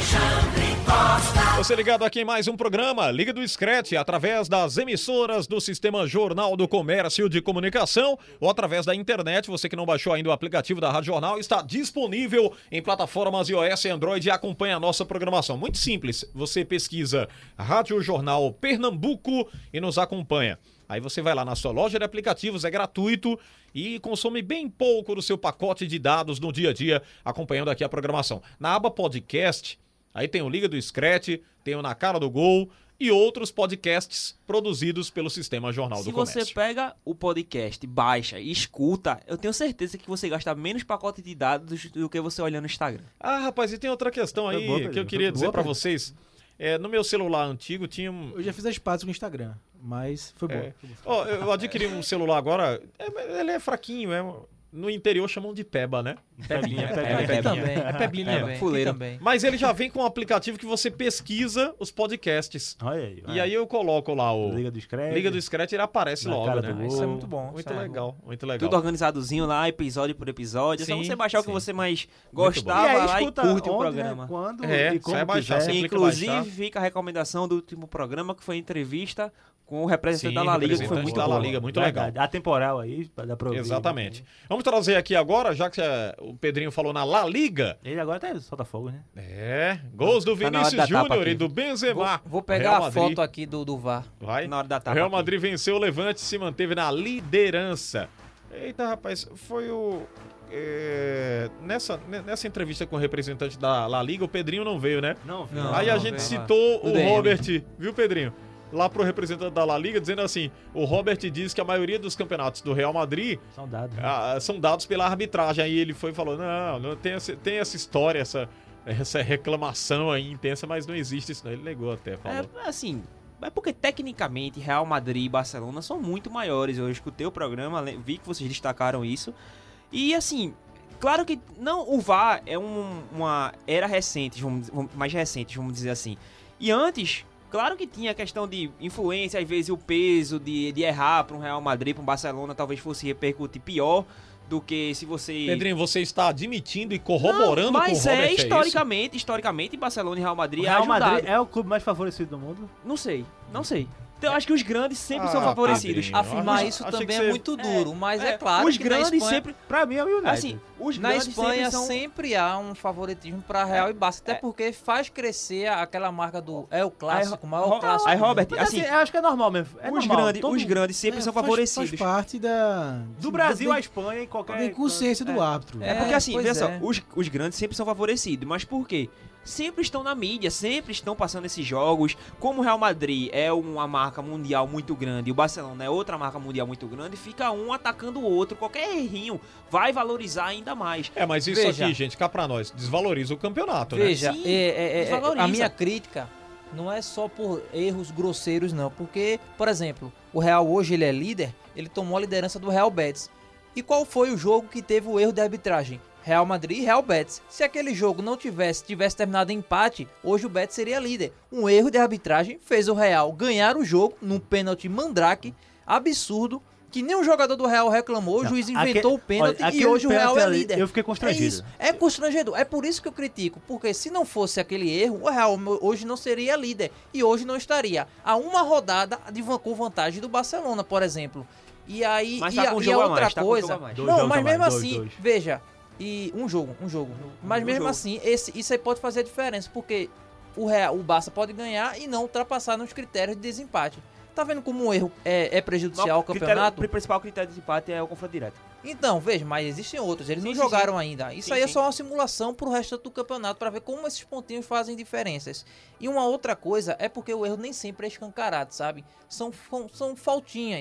Você ligado aqui em mais um programa Liga do Scratch, através das emissoras do Sistema Jornal do Comércio de Comunicação ou através da internet. Você que não baixou ainda o aplicativo da Rádio Jornal, está disponível em plataformas iOS e Android e acompanha a nossa programação. Muito simples, você pesquisa Rádio Jornal Pernambuco e nos acompanha. Aí você vai lá na sua loja de aplicativos, é gratuito e consome bem pouco do seu pacote de dados no dia a dia, acompanhando aqui a programação. Na aba podcast, aí tem o Liga do Scratch, tem o Na Cara do Gol e outros podcasts produzidos pelo Sistema Jornal Se do Comércio. você pega o podcast, baixa e escuta, eu tenho certeza que você gasta menos pacote de dados do que você olhando no Instagram. Ah, rapaz, e tem outra questão Foi aí boa, que eu Pedro, queria foi dizer boa, pra Pedro. vocês. É, no meu celular antigo tinha um... Eu já fiz as pazes com o Instagram, mas foi bom. É. Ó, eu adquiri um celular agora, é, ele é fraquinho, é, no interior chamam de peba, né? Pebinha, É, pebinha. é, Aqui pebinha. também. É pebinha. Aqui também, Fuleiro. aqui também. Mas ele já vem com um aplicativo que você pesquisa os podcasts. Olha aí. E aí eu coloco lá o Liga do Scratch. Liga do Scratch e ele aparece Na logo, cara né? do Isso é gol. muito bom. Muito isso é legal, muito legal. Tudo organizadozinho lá, episódio por episódio. É só Sim, você baixar o que sim. você mais E gostava aí lá e escuta curte o onde, programa. Né, quando É, e como sai baixar, quiser. sempre clica Inclusive, baixar. fica a recomendação do último programa, que foi a entrevista com o representante Sim, da La Liga, que foi representante muito da La boa. Liga, muito Verdade. legal. Atemporal aí, dá pra ouvir. Exatamente. Vamos trazer aqui agora, já que é, o Pedrinho falou na La Liga. Ele agora tá solta fogo, né? É, gols do Tá na hora Vinícius da tapa Júnior aqui. e do Vou, Benzema. vou O pegar Real a Madrid- foto aqui do, do V A R. Vai. Na hora da O tapa Real aqui. Madrid venceu o Levante e se manteve na liderança. Eita, rapaz, foi o... é, nessa, nessa entrevista com o representante da La Liga, o Pedrinho não veio, né? Não, Não. Aí a gente veio. citou Do o D M. Robert, viu, Pedrinho? Lá pro representante da La Liga, dizendo assim, o Robert diz que a maioria dos campeonatos do Real Madrid São dados. né? ah, são dados pela arbitragem. Aí ele foi e falou, não, não tem, essa, tem essa história, essa, essa reclamação aí intensa, mas não existe isso não. Ele negou até, falou. É, assim, é porque tecnicamente Real Madrid e Barcelona são muito maiores. Eu escutei o programa, le- vi que vocês destacaram isso. E assim, claro que não, o V A R é um- uma era recente, vamos, vamos- mais recente, vamos dizer assim. E antes, claro que tinha a questão de influência, às vezes o peso de, de errar para um Real Madrid, para um Barcelona, talvez fosse repercutir pior do que se você... Pedrinho, você está admitindo e corroborando Não, com o mas Robert, é, é isso? historicamente, historicamente, Barcelona e Real Madrid O é Real ajudado. Madrid é o clube mais favorecido do mundo. Não sei, não sei. Então, eu acho que os grandes sempre Ah, são favorecidos. Pedrinho. Afirmar Achei isso que também você- é muito duro, mas é, É, claro os que na grandes Espanha, sempre... Pra mim é o United. Assim, os na grandes Espanha sempre sempre, são... há um favoritismo para Real e Barça, até É. porque faz crescer aquela marca do é o clássico, o maior Ro- clássico. aí, do mundo. Robert, Mas assim, assim, eu acho que é normal mesmo. É os, normal. grandes, Todo os grandes sempre É, são faz- favorecidos. Faz parte da... Do Brasil da, à Espanha, em da qualquer... inconsciência do É. árbitro. É porque É, assim, pois veja só, é. os, os grandes sempre são favorecidos, mas por quê? Sempre estão na mídia, sempre estão passando esses jogos. Como o Real Madrid é uma marca mundial muito grande e o Barcelona é outra marca mundial muito grande, fica um atacando o outro. Qualquer errinho vai valorizar ainda mais. É, mas isso Veja. aqui, gente, cá pra nós, desvaloriza o campeonato, né? Veja, Sim, é- é- é- desvaloriza. a minha crítica não é só por erros grosseiros, não. Porque, por exemplo, o Real hoje ele é líder, ele tomou a liderança do Real Betis. E qual foi o jogo que teve o erro de arbitragem? Real Madrid e Real Betis. Se aquele jogo não tivesse, tivesse terminado em empate, hoje o Betis seria líder. Um erro de arbitragem fez o Real ganhar o jogo num pênalti mandrake absurdo, que nem o jogador do Real reclamou, o Não, juiz aque- inventou o pênalti olha, e aquele hoje o Real pênalti é ali, líder. eu fiquei É constrangido. isso, é constrangedor. É por isso que eu critico, porque se não fosse aquele erro, o Real hoje não seria líder e hoje não estaria a uma rodada de van- com vantagem do Barcelona, por exemplo. E aí, Mas e, tá a, com e jogo a a outra mais, tá com coisa, jogo a mais. Dois não, jogos mas a mais, mesmo dois, assim, dois. veja, e um jogo, um jogo. Mas Um mesmo jogo. assim, esse, isso aí pode fazer a diferença, porque o Real, o Barça pode ganhar e não ultrapassar nos critérios de desempate. Tá vendo como o erro é, é prejudicial ao Mas o campeonato? critério- o principal critério de empate é o confronto direto. Então, veja, mas existem outros, eles Sim, não sim, jogaram sim. ainda. Isso Sim, aí é sim. só uma simulação pro resto do campeonato, pra ver como esses pontinhos fazem diferenças. E uma outra coisa é porque o erro nem sempre é escancarado, sabe? São, são, são faltinhas,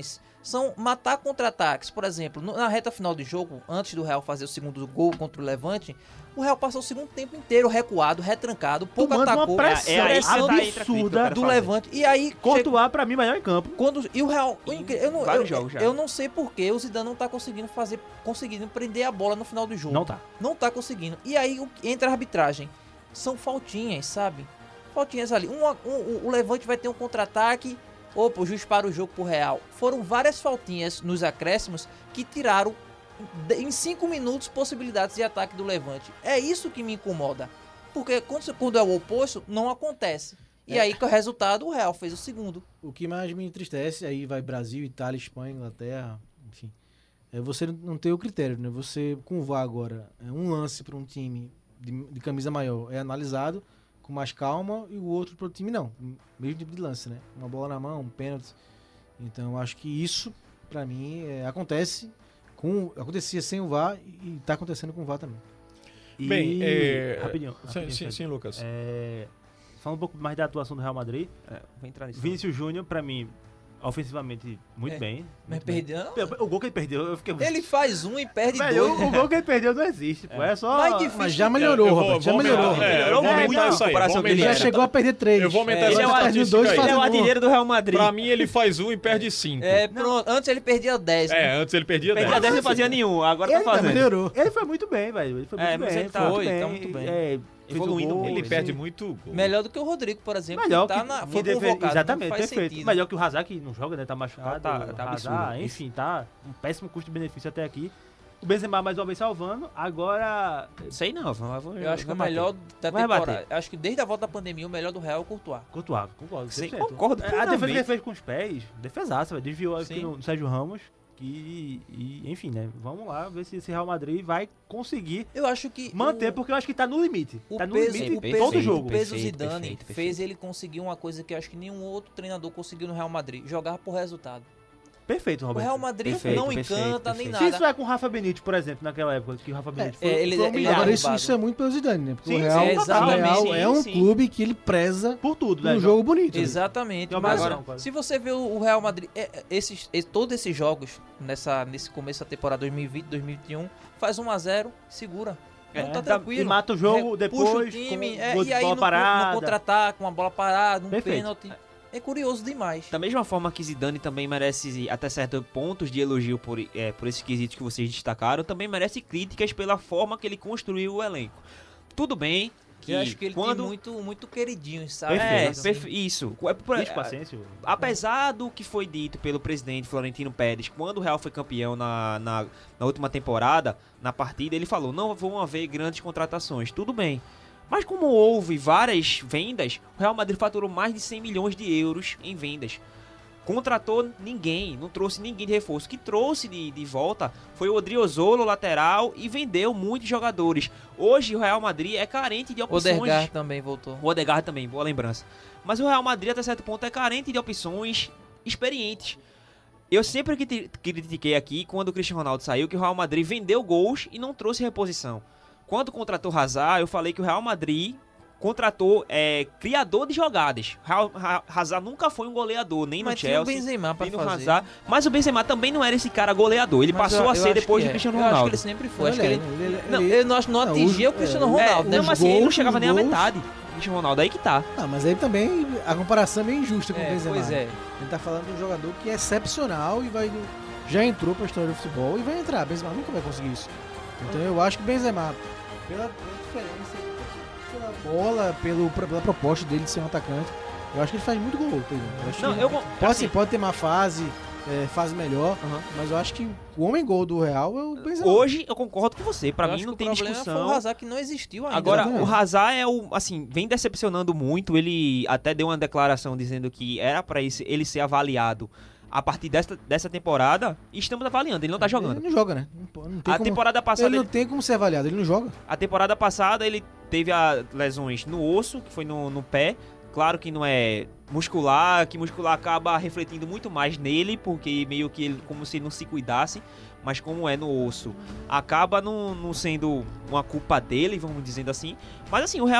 são matar contra-ataques. Por exemplo, no- na reta final do jogo, antes do Real fazer o segundo gol contra o Levante, o Real passou o segundo tempo inteiro recuado, retrancado, pouco Tomando uma atacou. pressão É, aí absurda tá outra crítica que eu quero do fazer. Levante. E aí, Courtois, pra mim, melhor em campo. quando e o Real, o incri- eu não, vários eu, jogos já. eu não sei por que o Zidane não tá conseguindo fazer, conseguindo prender a bola no final do jogo. Não tá. Não tá conseguindo. E aí o- entra a arbitragem. São faltinhas, sabe? Faltinhas ali. Um, um- o- o Levante vai ter um contra-ataque. Opa, o juiz para o jogo pro Real. Foram várias faltinhas nos acréscimos que tiraram de- em cinco minutos possibilidades de ataque do Levante. É isso que me incomoda. Porque quando, quando é o oposto, não acontece. E É. aí, com o resultado, o Real fez o segundo. O que mais me entristece, aí vai Brasil, Itália, Espanha, Inglaterra, enfim, é você não ter o critério, né? Você, com o V A R agora, é um lance para um time de, de camisa maior é analisado com mais calma e o outro para o time não. Mesmo tipo de lance, né? Uma bola na mão, um pênalti. Então, eu acho que isso, para mim, é, acontece com, acontecia sem o V A R e está acontecendo com o V A R também. E... Bem, é... Rapidinho. Sim, rapidinho, sim, Fred. sim, Lucas. É, falando um pouco mais da atuação do Real Madrid, É, vou entrar nisso. Vinícius Júnior, pra mim, ofensivamente, muito É. bem. Mas muito bem. perdeu. O gol que ele perdeu, eu fiquei... Ele faz um e perde Velho, dois. o, o gol que ele perdeu não existe, pô. É só... Mais difícil. Mas já melhorou, Eu vou- Robert, já vou melhorou. aumentar- é, eu Melhorou vou muito aumentar a isso aí. comparação vou que Ele ele já aumentar- era. chegou a perder três. Eu vou aumentar É, essa ele é o perde estatística dois, aí. faz Ele é o um. artilheiro do Real Madrid. Pra mim, ele faz um e perde cinco. É, pronto. Antes ele perdia dez. É, antes ele perdia Perdia dez. dez e não fazia nenhum, agora Ele tá já fazendo. melhorou. Ele foi muito bem, velho. Ele foi É, muito mas bem. ele tá- foi, muito tá bem. muito bem. É, fez o Evoluindo gol, muito. Ele sim. perde muito gol. Melhor do que o Rodrigo, por exemplo, Melhor que tá que, na, que foi deve- convocado. Exatamente, não faz perfeito. sentido. Melhor que o Hazard, que não joga, né? Tá machucado. Tá- tá o absurdo. Hazard, enfim, tá um péssimo custo-benefício até aqui. O Benzema mais uma vez salvando. Agora... Sei não, vamos, vamos, Eu acho que o vamos melhor da Vai temporada. bater. Acho que desde a volta da pandemia, o melhor do Real é o Courtois. Courtois, concordo. Sim, cem por cento. concordo É, a defesa que ele plenamente. fez com os pés, defesaça, velho. Desviou aqui Sim. no, no Sérgio Ramos. E, e, enfim, né? Vamos lá ver se esse Real Madrid vai conseguir Eu acho que manter, o, porque eu acho que tá no limite. o tá no peso, limite o de peso, todo jogo. o peso Perfeito, Zidane perfeito, perfeito. fez ele conseguir uma coisa que eu acho que nenhum outro treinador conseguiu no Real Madrid, jogar por resultado. Perfeito, O Roberto. Real Madrid Perfeito, não perfeito, encanta nem perfeito. Se nada. isso é com o Rafa Benítez, por exemplo, naquela época, que o Rafa Benítez foi, é, ele- foi ele- humilhado Agora, isso, arrombado. isso é muito pelo Zidane, né? Porque Sim, o Real, sim, o exatamente, Real sim, é um sim. clube que ele preza por tudo, né? um jogo bonito. né? Exatamente. Tem uma Mas razão, quase. se você vê o o Real Madrid, é, é, esses, é, todos esses jogos, nessa, nesse começo da temporada dois mil e vinte, dois mil e vinte e um, faz um a zero, segura. É, Não, tá- tá tranquilo. e mata o jogo Re- depois Puxa o time, com é, gol e de aí bola no, parada. no contra-ataque, uma bola parada, um Perfeito. pênalti. É curioso demais. Da mesma forma que Zidane também merece até certos pontos de elogio por, é, por esses quesitos que vocês destacaram, também merece críticas pela forma que ele construiu o elenco. Tudo bem que Eu acho que ele quando... tem muito, muito queridinho, sabe? É, Perfeito. perfe- isso. É, por- Deixa paciência. Apesar do que foi dito pelo presidente Florentino Pérez, quando o Real foi campeão na, na, na última temporada, na partida, ele falou, não vão haver grandes contratações. Tudo bem. Mas como houve várias vendas, o Real Madrid faturou mais de cem milhões de euros em vendas. Contratou ninguém, não trouxe ninguém de reforço. O que trouxe de, de volta foi o Odriozola, lateral, e vendeu muitos jogadores. Hoje o Real Madrid é carente de O opções. Odegaard também voltou. O Odegaard também, boa lembrança. Mas o Real Madrid, até certo ponto, é carente de opções experientes. Eu sempre criti- critiquei aqui, quando o Cristiano Ronaldo saiu, que o Real Madrid vendeu gols e não trouxe reposição. Quando contratou Hazard, eu falei que o Real Madrid contratou é, criador de jogadas. Real- Ha- Hazard nunca foi um goleador, nem Mas no tinha o Chelsea, Benzema pra nem no fazer. Hazard. Mas o Benzema também não era esse cara goleador. Ele Mas passou eu- a eu ser acho depois que do é. Cristiano Eu acho que Ronaldo. ele sempre foi. Acho Ele que é, ele, ele é- não, ele- ele não, não Não, atingia os- o Cristiano é, Ronaldo. Não, os mas assim, ele não gols, chegava os nem à gols. metade. Cristiano Ronaldo, aí que tá. Ah, mas aí também a comparação é meio injusta com o É, Benzema. pois é. Ele tá falando de um jogador que é excepcional e vai já entrou pra história do futebol e vai entrar. Benzema nunca vai conseguir isso. Então eu acho que Benzema, pela, pela diferença, pela bola, pelo, pela proposta dele de ser um atacante, eu acho que ele faz muito gol. Pedro. Eu acho Não, que eu- pode, assim- pode ter uma fase, é, fase melhor, Uhum. mas eu acho que o homem gol do Real é o Benzema. Hoje eu concordo com você. Pra Eu mim acho não que tem o problema discussão. foi o Hazard que não existiu ainda. Agora, Exatamente. o Hazard é o, assim, vem decepcionando muito. Ele até deu uma declaração dizendo que era pra esse- ele ser avaliado a partir desta, dessa temporada. E estamos avaliando, ele não tá jogando. Ele não joga, né? Não, pô- não tem A como, temporada passada, ele não ele- tem como ser avaliado, ele não joga. a temporada passada ele teve a lesões no osso, que foi no, no pé. Claro que não é muscular, que muscular acaba refletindo muito mais nele, porque meio que ele como se ele não se cuidasse, mas como é no osso, acaba não, não sendo uma culpa dele, vamos dizendo assim. Mas assim, o Real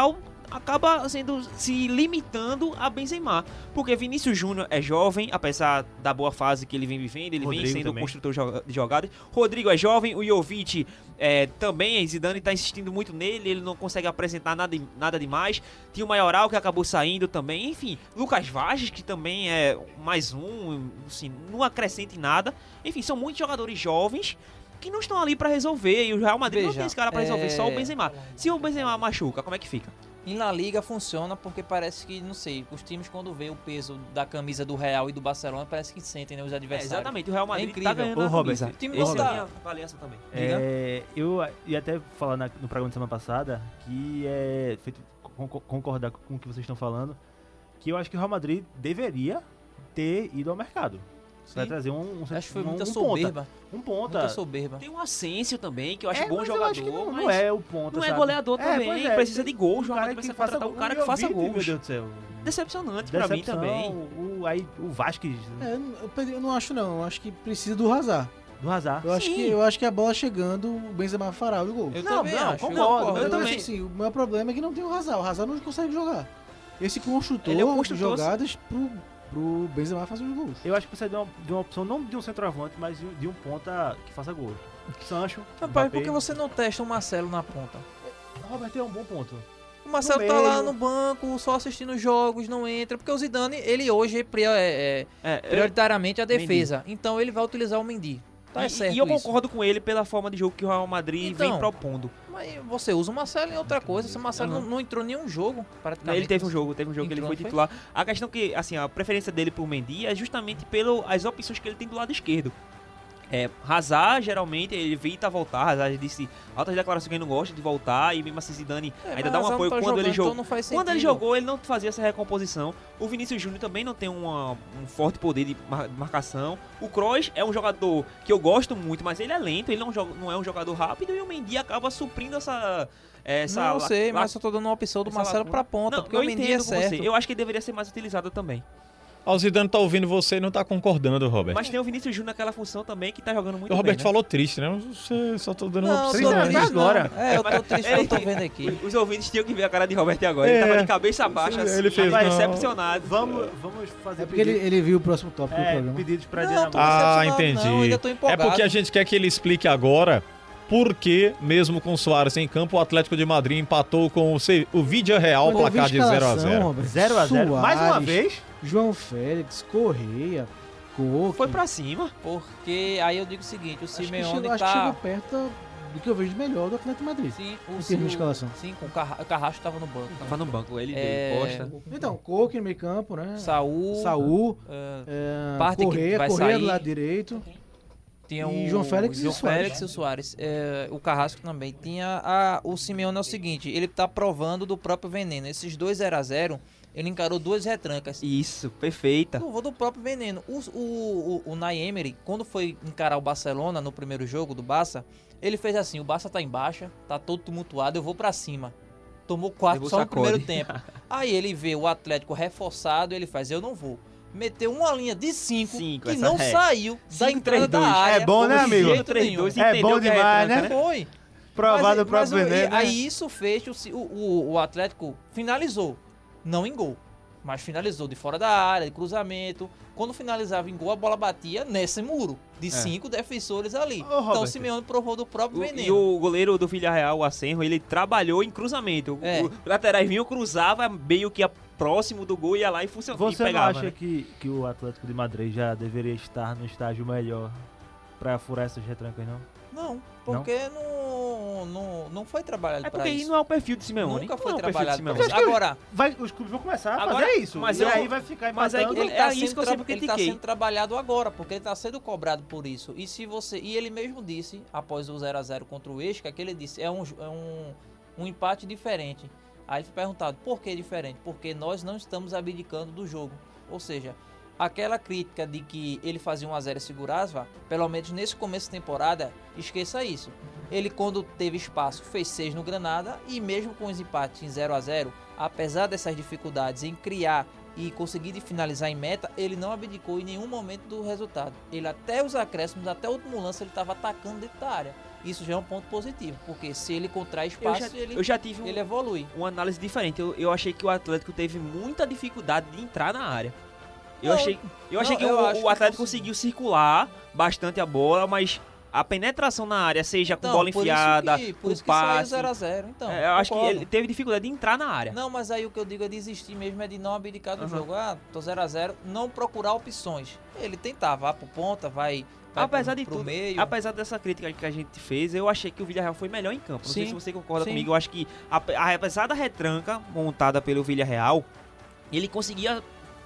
acaba sendo, se limitando a Benzema. Porque Vinícius Júnior é jovem, apesar da boa fase que ele vem vivendo, ele Rodrigo vem sendo também. construtor de jogadas. Rodrigo é jovem, o Jovic é, também, Zidane tá insistindo muito nele, ele não consegue apresentar nada, nada demais. Tinha o Maioral que acabou saindo também, enfim. Lucas Vaz, que também é mais um, assim, não acrescenta em nada. Enfim, são muitos jogadores jovens que não estão ali pra resolver, e o Real Madrid Veja, não tem esse cara pra resolver, é... só o Benzema. Se o Benzema machuca, como é que fica? Em La Liga funciona porque parece que, não sei, os times quando vê o peso da camisa do Real e do Barcelona, parece que sentem, né, os É, adversários. exatamente, o Real Madrid É incrível. tá ganhando Ô, a Robert, camisa. o time Esse não é a tá- minha avaliação também. É, eu ia até falar na- no programa de semana passada que é feito con- concordar com o que vocês estão falando, que eu acho que o Real Madrid deveria ter ido ao mercado. Vai Sim. trazer um, um, Acho que foi um, muita um soberba. ponta. Um ponta. Muita soberba. Tem o Asensio também, que eu acho É, bom mas eu jogador, acho que não, mas não é o ponta, não é sabe? goleador É, também, pois é, precisa tem de gols, o um Real cara Madrid que precisa faça contratar gol. um cara E que o faça Vini, Meu gols. Deus do céu. Decepcionante pra mim Decepção, também. O, aí, o Vasquez É, eu, Pedro, eu não acho não, eu acho que precisa do Hazard. do Hazard. Eu acho, que, eu acho que a bola chegando, o Benzema fará o gol. Eu Não, também não, acho. concordo, eu Eu, concordo. eu eu também. acho assim, o meu problema é que não tem o Hazard. O Hazard não consegue jogar. Esse construtor, Ele é o de construtor, jogadas pro, pro Benzema fazer os gols. Eu acho que precisa de uma, de uma opção, não de um centroavante, mas de, de um ponta que faça gol. Sancho, Rapaz, Mbappé. por que você não testa o Marcelo na ponta? Robert é um bom ponto. O Marcelo No tá lá meio. no banco, só assistindo os jogos, não entra. Porque o Zidane, ele hoje é, prior- é- é É, prioritariamente a defesa. Então ele vai utilizar o Mendy. Tá e, certo e eu isso. concordo com ele pela forma de jogo que o Real Madrid Então, vem propondo. Mas você usa o Marcelo em outra coisa. Se o Marcelo Uhum. não, não entrou em nenhum jogo, praticamente. Ele teve um jogo, teve um jogo que ele Entrou, foi não foi? titular. A questão que, assim, a preferência dele por Mendy é justamente pelas opções que ele tem do lado esquerdo. É, Hazard, geralmente, ele evita voltar. Hazard disse altas declarações que ele não gosta de voltar. E mesmo assim, Zidane É, ainda mas dá um Hazard apoio não tá quando ele jogando, jogou. então não faz Quando ele sentido. jogou, ele não fazia essa recomposição. O Vinícius Júnior também não tem uma- um forte poder de mar- marcação. O Kroos é um jogador que eu gosto muito, mas ele é lento, ele não, joga- não é um jogador rápido. E o Mendy acaba suprindo essa... essa Não la- sei, la- mas eu tô dando uma opção do essa Marcelo lacuna. pra ponta. Não, porque eu o Mendy entendo é com certo. você. Eu acho que ele deveria ser mais utilizado também. Ah, o Zidane tá ouvindo você e não tá concordando, Robert. Mas tem o Vinícius Júnior naquela função também que tá jogando muito o Robert bem, né? falou triste, né? Você só tô dando uma Não, eu opção. tô Triste triste agora. não. É, eu tô triste porque eu tô vendo aqui. Os ouvintes tinham que ver a cara de Robert agora. Ele É. tava de cabeça baixa, assim, Ele fez, tava não. decepcionado. Vamos, vamos fazer É porque ele, ele viu o próximo tópico do é, programa. pedidos pra Não, Dinamarca. tô Ah, decepcionado, entendi. não, ainda tô É empolgado. porque a gente quer que ele explique agora por que, mesmo com o Soares em campo, o Atlético de Madrid empatou com o, Se- o Vídea Real, Quando eu vi placar de zero a escalação, zero. Robert, zero a zero. Mais uma Soares, vez. João Félix, Correia, Coque. Foi pra cima. Porque aí eu digo o seguinte, o Acho que Simeone chegou, acho que tá... chegou perto do que eu vejo de melhor do Atlético de Madrid. Sim, Em o, termos de o- escalação. Sim, com o Carra- o Carrasco tava no banco. Tava no banco, ele É. Costa. Então, Coque no meio campo, né? Saúl. Saúl, é, é, Parte que Correia, vai Correia sair. do lado direito. tinha E o João Félix e João Soares. Félix e o Soares. É, o Carrasco também. Tinha a, o Simeone é o seguinte, ele tá provando do próprio veneno. Esses dois zero a zero, ele encarou duas retrancas. Isso, perfeita. Eu vou do próprio veneno. O, o, o, o Unai Emery, quando foi encarar o Barcelona no primeiro jogo do Barça, ele fez assim, o Barça tá em baixa, tá todo tumultuado, eu vou pra cima. Tomou quatro Levou só no sacode. primeiro tempo. Aí ele vê o Atlético reforçado, ele faz, eu não vou. Meteu uma linha de cinco, Cinco, que essa não ré. saiu da Cinco, entrada três, da dois. área. É bom, né, de amigo? jeito três, nenhum. dois, É entendeu bom que é demais, retranca, né? Foi. Provado Mas- o próprio mas o- veneno. né? Aí isso fez, o, o, o Atlético finalizou, não em gol, mas finalizou de fora da área, de cruzamento. Quando finalizava em gol, a bola batia nesse muro, de cinco defensores ali. Ô, Robert. Então o Simeone provou do próprio O- veneno. e o goleiro do Villarreal, o Asenjo, ele trabalhou em cruzamento. É. O laterais vinham, cruzava meio que a- próximo do gol, ia lá e funcionava. Você e não pegava, acha né? que, que o Atlético de Madrid já deveria estar no estágio melhor pra furar essas retrancas, não? Não, porque não, não, não foi trabalhado É pra porque aí isso. não é o perfil do Simeone. Nunca não foi é o perfil do trabalhado Simeone. pra isso. Agora, Vai, os clubes vão começar a Agora- fazer isso. mas e eu- aí vai ficar mas aí empatando. que- ele é tá, isso sendo que eu tra- sempre ele tá critiquei. sendo trabalhado agora, porque ele tá sendo cobrado por isso. E se você e ele mesmo disse, após o zero a zero contra o Esca, que ele disse, é um, é um, um empate diferente. Aí ele foi perguntado, por que diferente? Porque nós não estamos abdicando do jogo. Ou seja, aquela crítica de que ele fazia um a zero e segurava, pelo menos nesse começo de temporada, esqueça isso. Ele, quando teve espaço, fez seis no Granada e mesmo com os empates em zero a zero, apesar dessas dificuldades em criar e conseguir de finalizar em meta, ele não abdicou em nenhum momento do resultado. Ele até os acréscimos, até o último lance, ele estava atacando dentro da área. isso já é um ponto positivo, porque se ele contrai Eu espaço, já, ele, eu já tive um- ele evolui. uma análise diferente. Eu, eu achei que o Atlético teve muita dificuldade de entrar na área. Eu Não, achei, eu achei não, que eu o, acho o que Atlético conseguiu. conseguiu circular bastante a bola, mas a penetração na área, seja com Então, bola por enfiada, isso que, por com isso que saiu passe... zero a zero, então. é, eu acho que concordo. ele teve dificuldade de entrar na área. Não, mas aí o que eu digo é desistir mesmo, é de não abdicar do Aham. jogo. Ah, tô zero a zero, não procurar opções. Ele tentava, vai pro ponta, vai, vai Apesar pro, de pro tudo, meio. apesar dessa crítica que a gente fez, eu achei que o Villarreal foi melhor em campo. Não sei Sim, se você concorda sim. comigo. Eu acho que, ape- apesar da retranca montada pelo Villarreal, ele conseguia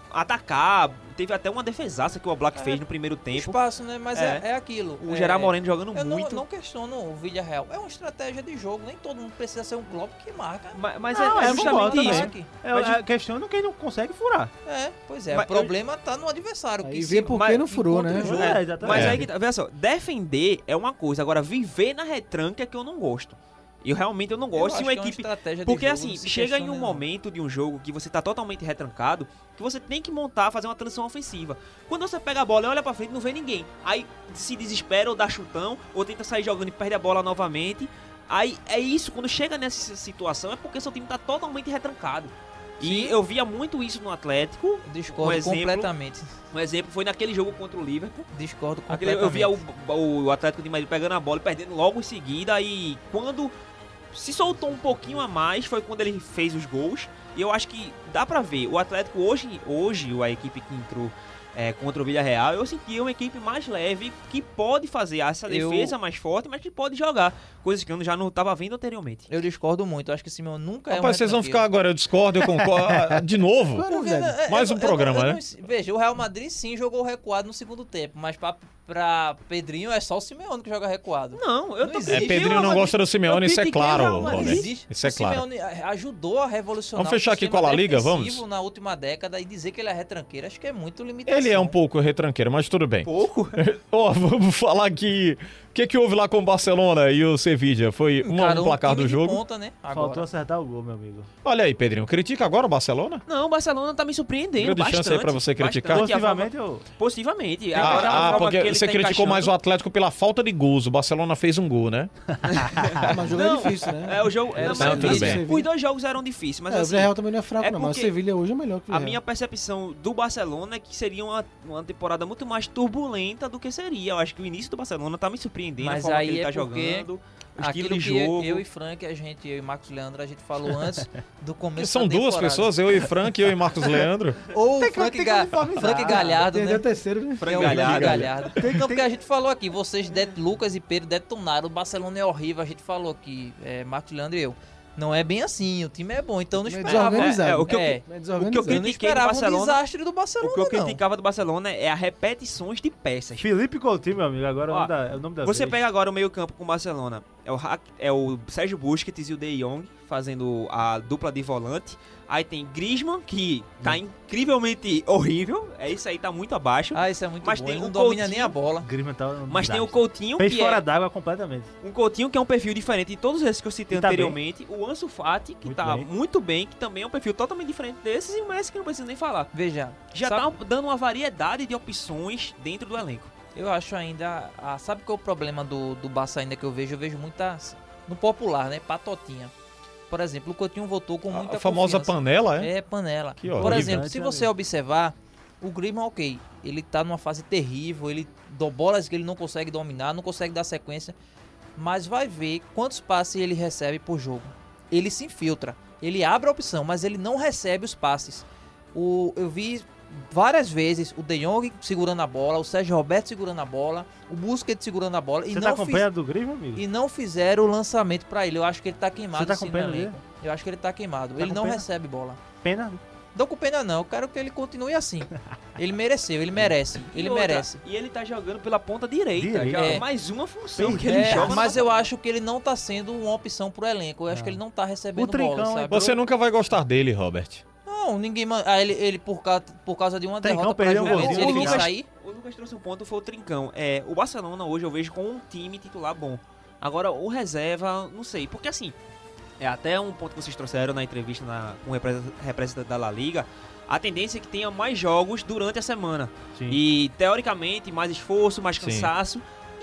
atacar. Teve até uma defesaça que o Oblak É, fez no primeiro tempo. Espaço, né? Mas é, É. é aquilo. O é, Gerard Moreno jogando Eu não, muito. não questiono o Villarreal. É uma estratégia de jogo. Nem todo mundo precisa ser um Klopp que marca. Mas, mas Não, é, é é justamente concordo isso. também. É, a questão é quem não consegue furar. É, pois é. Mas o problema tá no adversário. Aí que vê se- por mas que não furou, né? encontra o jogo. É, exatamente. Mas É. aí que tá, veja só, defender é uma coisa, agora viver na retranca é que eu não gosto. Eu realmente eu não Eu gosto acho se uma que é uma equipe. estratégia de Porque jogo, assim, não se chega em um questiona, não. momento de um jogo que você tá totalmente retrancado, que você tem que montar, fazer uma transição ofensiva. Quando você pega a bola e olha pra frente, não vê ninguém. Aí se desespera ou dá chutão, ou tenta sair jogando e perde a bola novamente. Aí é isso, quando chega nessa situação é porque seu time tá totalmente retrancado. E eu via muito isso no Atlético. Discordo Um exemplo- completamente. Um exemplo foi naquele jogo contra o Liverpool. Discordo Aquele- completamente. eu via o, o Atlético de Madrid pegando a bola e perdendo logo em seguida. E quando se soltou um pouquinho a mais foi quando ele fez os gols. E eu acho que dá pra ver. O Atlético hoje, hoje a equipe que entrou é, contra o Villarreal, eu senti uma equipe mais leve que pode fazer essa Eu- defesa mais forte, mas que pode jogar. Coisas que eu já não estava vendo anteriormente. Eu discordo muito. Eu acho que o Simeone nunca é um Rapaz, vocês vão retranqueiro. ficar agora, eu discordo, eu concordo. Ah, de novo? Claro, Porque, velho. é, Mais eu- um eu- programa, eu né? não- veja, o Real Madrid sim jogou recuado no segundo tempo, mas pra, pra Pedrinho é só o Simeone que joga recuado. Não, eu Não tô existe. É, Existe. Pedrinho não gosta do Simeone, isso é claro, Não Roberto. existe. Isso é o claro. Simeone ajudou a revolucionar Vamos fechar o aqui sistema com a La Liga, defensivo vamos? na última década e dizer que ele é retranqueiro, acho que é muito limitado. Ele é um pouco retranqueiro, mas tudo bem. pouco. Ó, vamos falar aqui. O que, que houve lá com o Barcelona e o Sevilla? Foi um a um placar do jogo? Ponta, né? Faltou Agora. acertar o gol, meu amigo. Olha aí, Pedrinho, critica agora o Barcelona? Não, o Barcelona tá me surpreendendo Grande bastante. chance aí pra você criticar. bastante. A forma- Positivamente, eu... Positivamente. A- a Ah, ah, forma porque que ele você tá criticou encaixando- mais o Atlético pela falta de gols. O Barcelona fez um gol, né? Ah, mas o jogo Não, é difícil, né? É, o jogo. Era não, o mas tudo isso, bem. Os dois jogos eram difíceis, mas É, o assim. Villarreal também não é fraco, é não, mas o porque Sevilha hoje é melhor que o A Villarreal. minha percepção do Barcelona é que seria uma, uma temporada muito mais turbulenta do que seria. Eu acho que o início do Barcelona tá me surpreendendo, Mas a forma aí que ele é tá porque jogando, o estilo Aquilo de que jogo. eu e Frank, a gente, eu e Marcos Leandro, a gente falou antes do começo São da duas temporada. pessoas, eu e Frank, eu e Marcos Leandro. Ou o Tem que- Frank, tem que Ga- uniformizar. Frank Galhardo, Perdeu né? o terceiro, né? Frank É o Frank Galhardo. Galhardo. Não, porque a gente falou aqui, vocês, det- Lucas e Pedro, detonaram. O Barcelona é horrível, a gente falou aqui, é, Marcos Leandro e eu. Não é bem assim, o time é bom, então não É esperava. desorganizado. É, o que eu- É, É O que eu desorganizado. eu não critiquei do esperava um Barcelona, desastre do Barcelona, o que eu não. criticava do Barcelona é a repetições de peças. Felipe Coutinho, meu amigo, agora é o Ó, nome da, é o nome da Você vez. pega agora o meio-campo com o Barcelona. É o, Ra- é o Sérgio Busquets e o De Jong fazendo a dupla de volante. Aí tem Griezmann, que tá incrivelmente horrível. É isso aí, tá muito abaixo. Ah, isso é muito Mas bom, tem ele o não domina Coutinho. nem a bola. Griezmann tá um Mas tem o desastre. Coutinho, Fez que fora é d'água completamente. um Coutinho que é um perfil diferente de todos esses que eu citei E tá anteriormente. O Ansu Fati, que Muito tá bem. muito bem, que também é um perfil totalmente diferente desses. E o Messi, que não precisa nem falar. Veja, Já sabe- tá dando uma variedade de opções dentro do elenco. eu acho ainda... Ah, sabe qual é o problema do, do Barça ainda que eu vejo? Eu vejo muita... No popular, né? Patotinha. Por exemplo, o Coutinho voltou com muita A famosa confiança. panela, é? É, panela. Que Por horrível. exemplo, se você observar, o Griezmann, ok, ele tá numa fase terrível, ele dá bolas que ele não consegue dominar, não consegue dar sequência, mas vai ver quantos passes ele recebe por jogo. Ele se infiltra, ele abre a opção, mas ele não recebe os passes. O, eu vi várias vezes o De Jong segurando a bola, o Sérgio Roberto segurando a bola, o Busquets segurando a bola e Você não tá fiz- acompanhando do Griezmann, amigo? e não fizeram o lançamento pra ele. Eu acho que ele tá queimado. Você tá sim, no acompanhando elenco. Eu acho que ele tá queimado. Tá ele com não pena? recebe bola. Pena. Não com pena não, eu quero que ele continue assim. Ele mereceu, ele merece, E ele outra, merece. E ele tá jogando pela ponta direita. Direita. Já É. é mais uma função que É, ele É, joga. mas no- eu acho que ele não tá sendo uma opção pro elenco. Eu acho Não. que ele não tá recebendo O Trincão bola, é sabe? Você nunca vai gostar dele, Robert. Não, ninguém... man- Ah, ele, ele por, causa, por causa de uma Trincão derrota pra perdeu um Juventus, golzinho ele no quis final. sair. O Lucas trouxe um ponto, foi o Trincão. É, o Barcelona hoje eu vejo com um time titular bom. Agora, o reserva, não sei. Porque assim, é até um ponto que vocês trouxeram na entrevista na, com o repre- representante da La Liga. A tendência é que tenha mais jogos durante a semana. Sim. E, teoricamente, mais esforço, mais Sim. cansaço.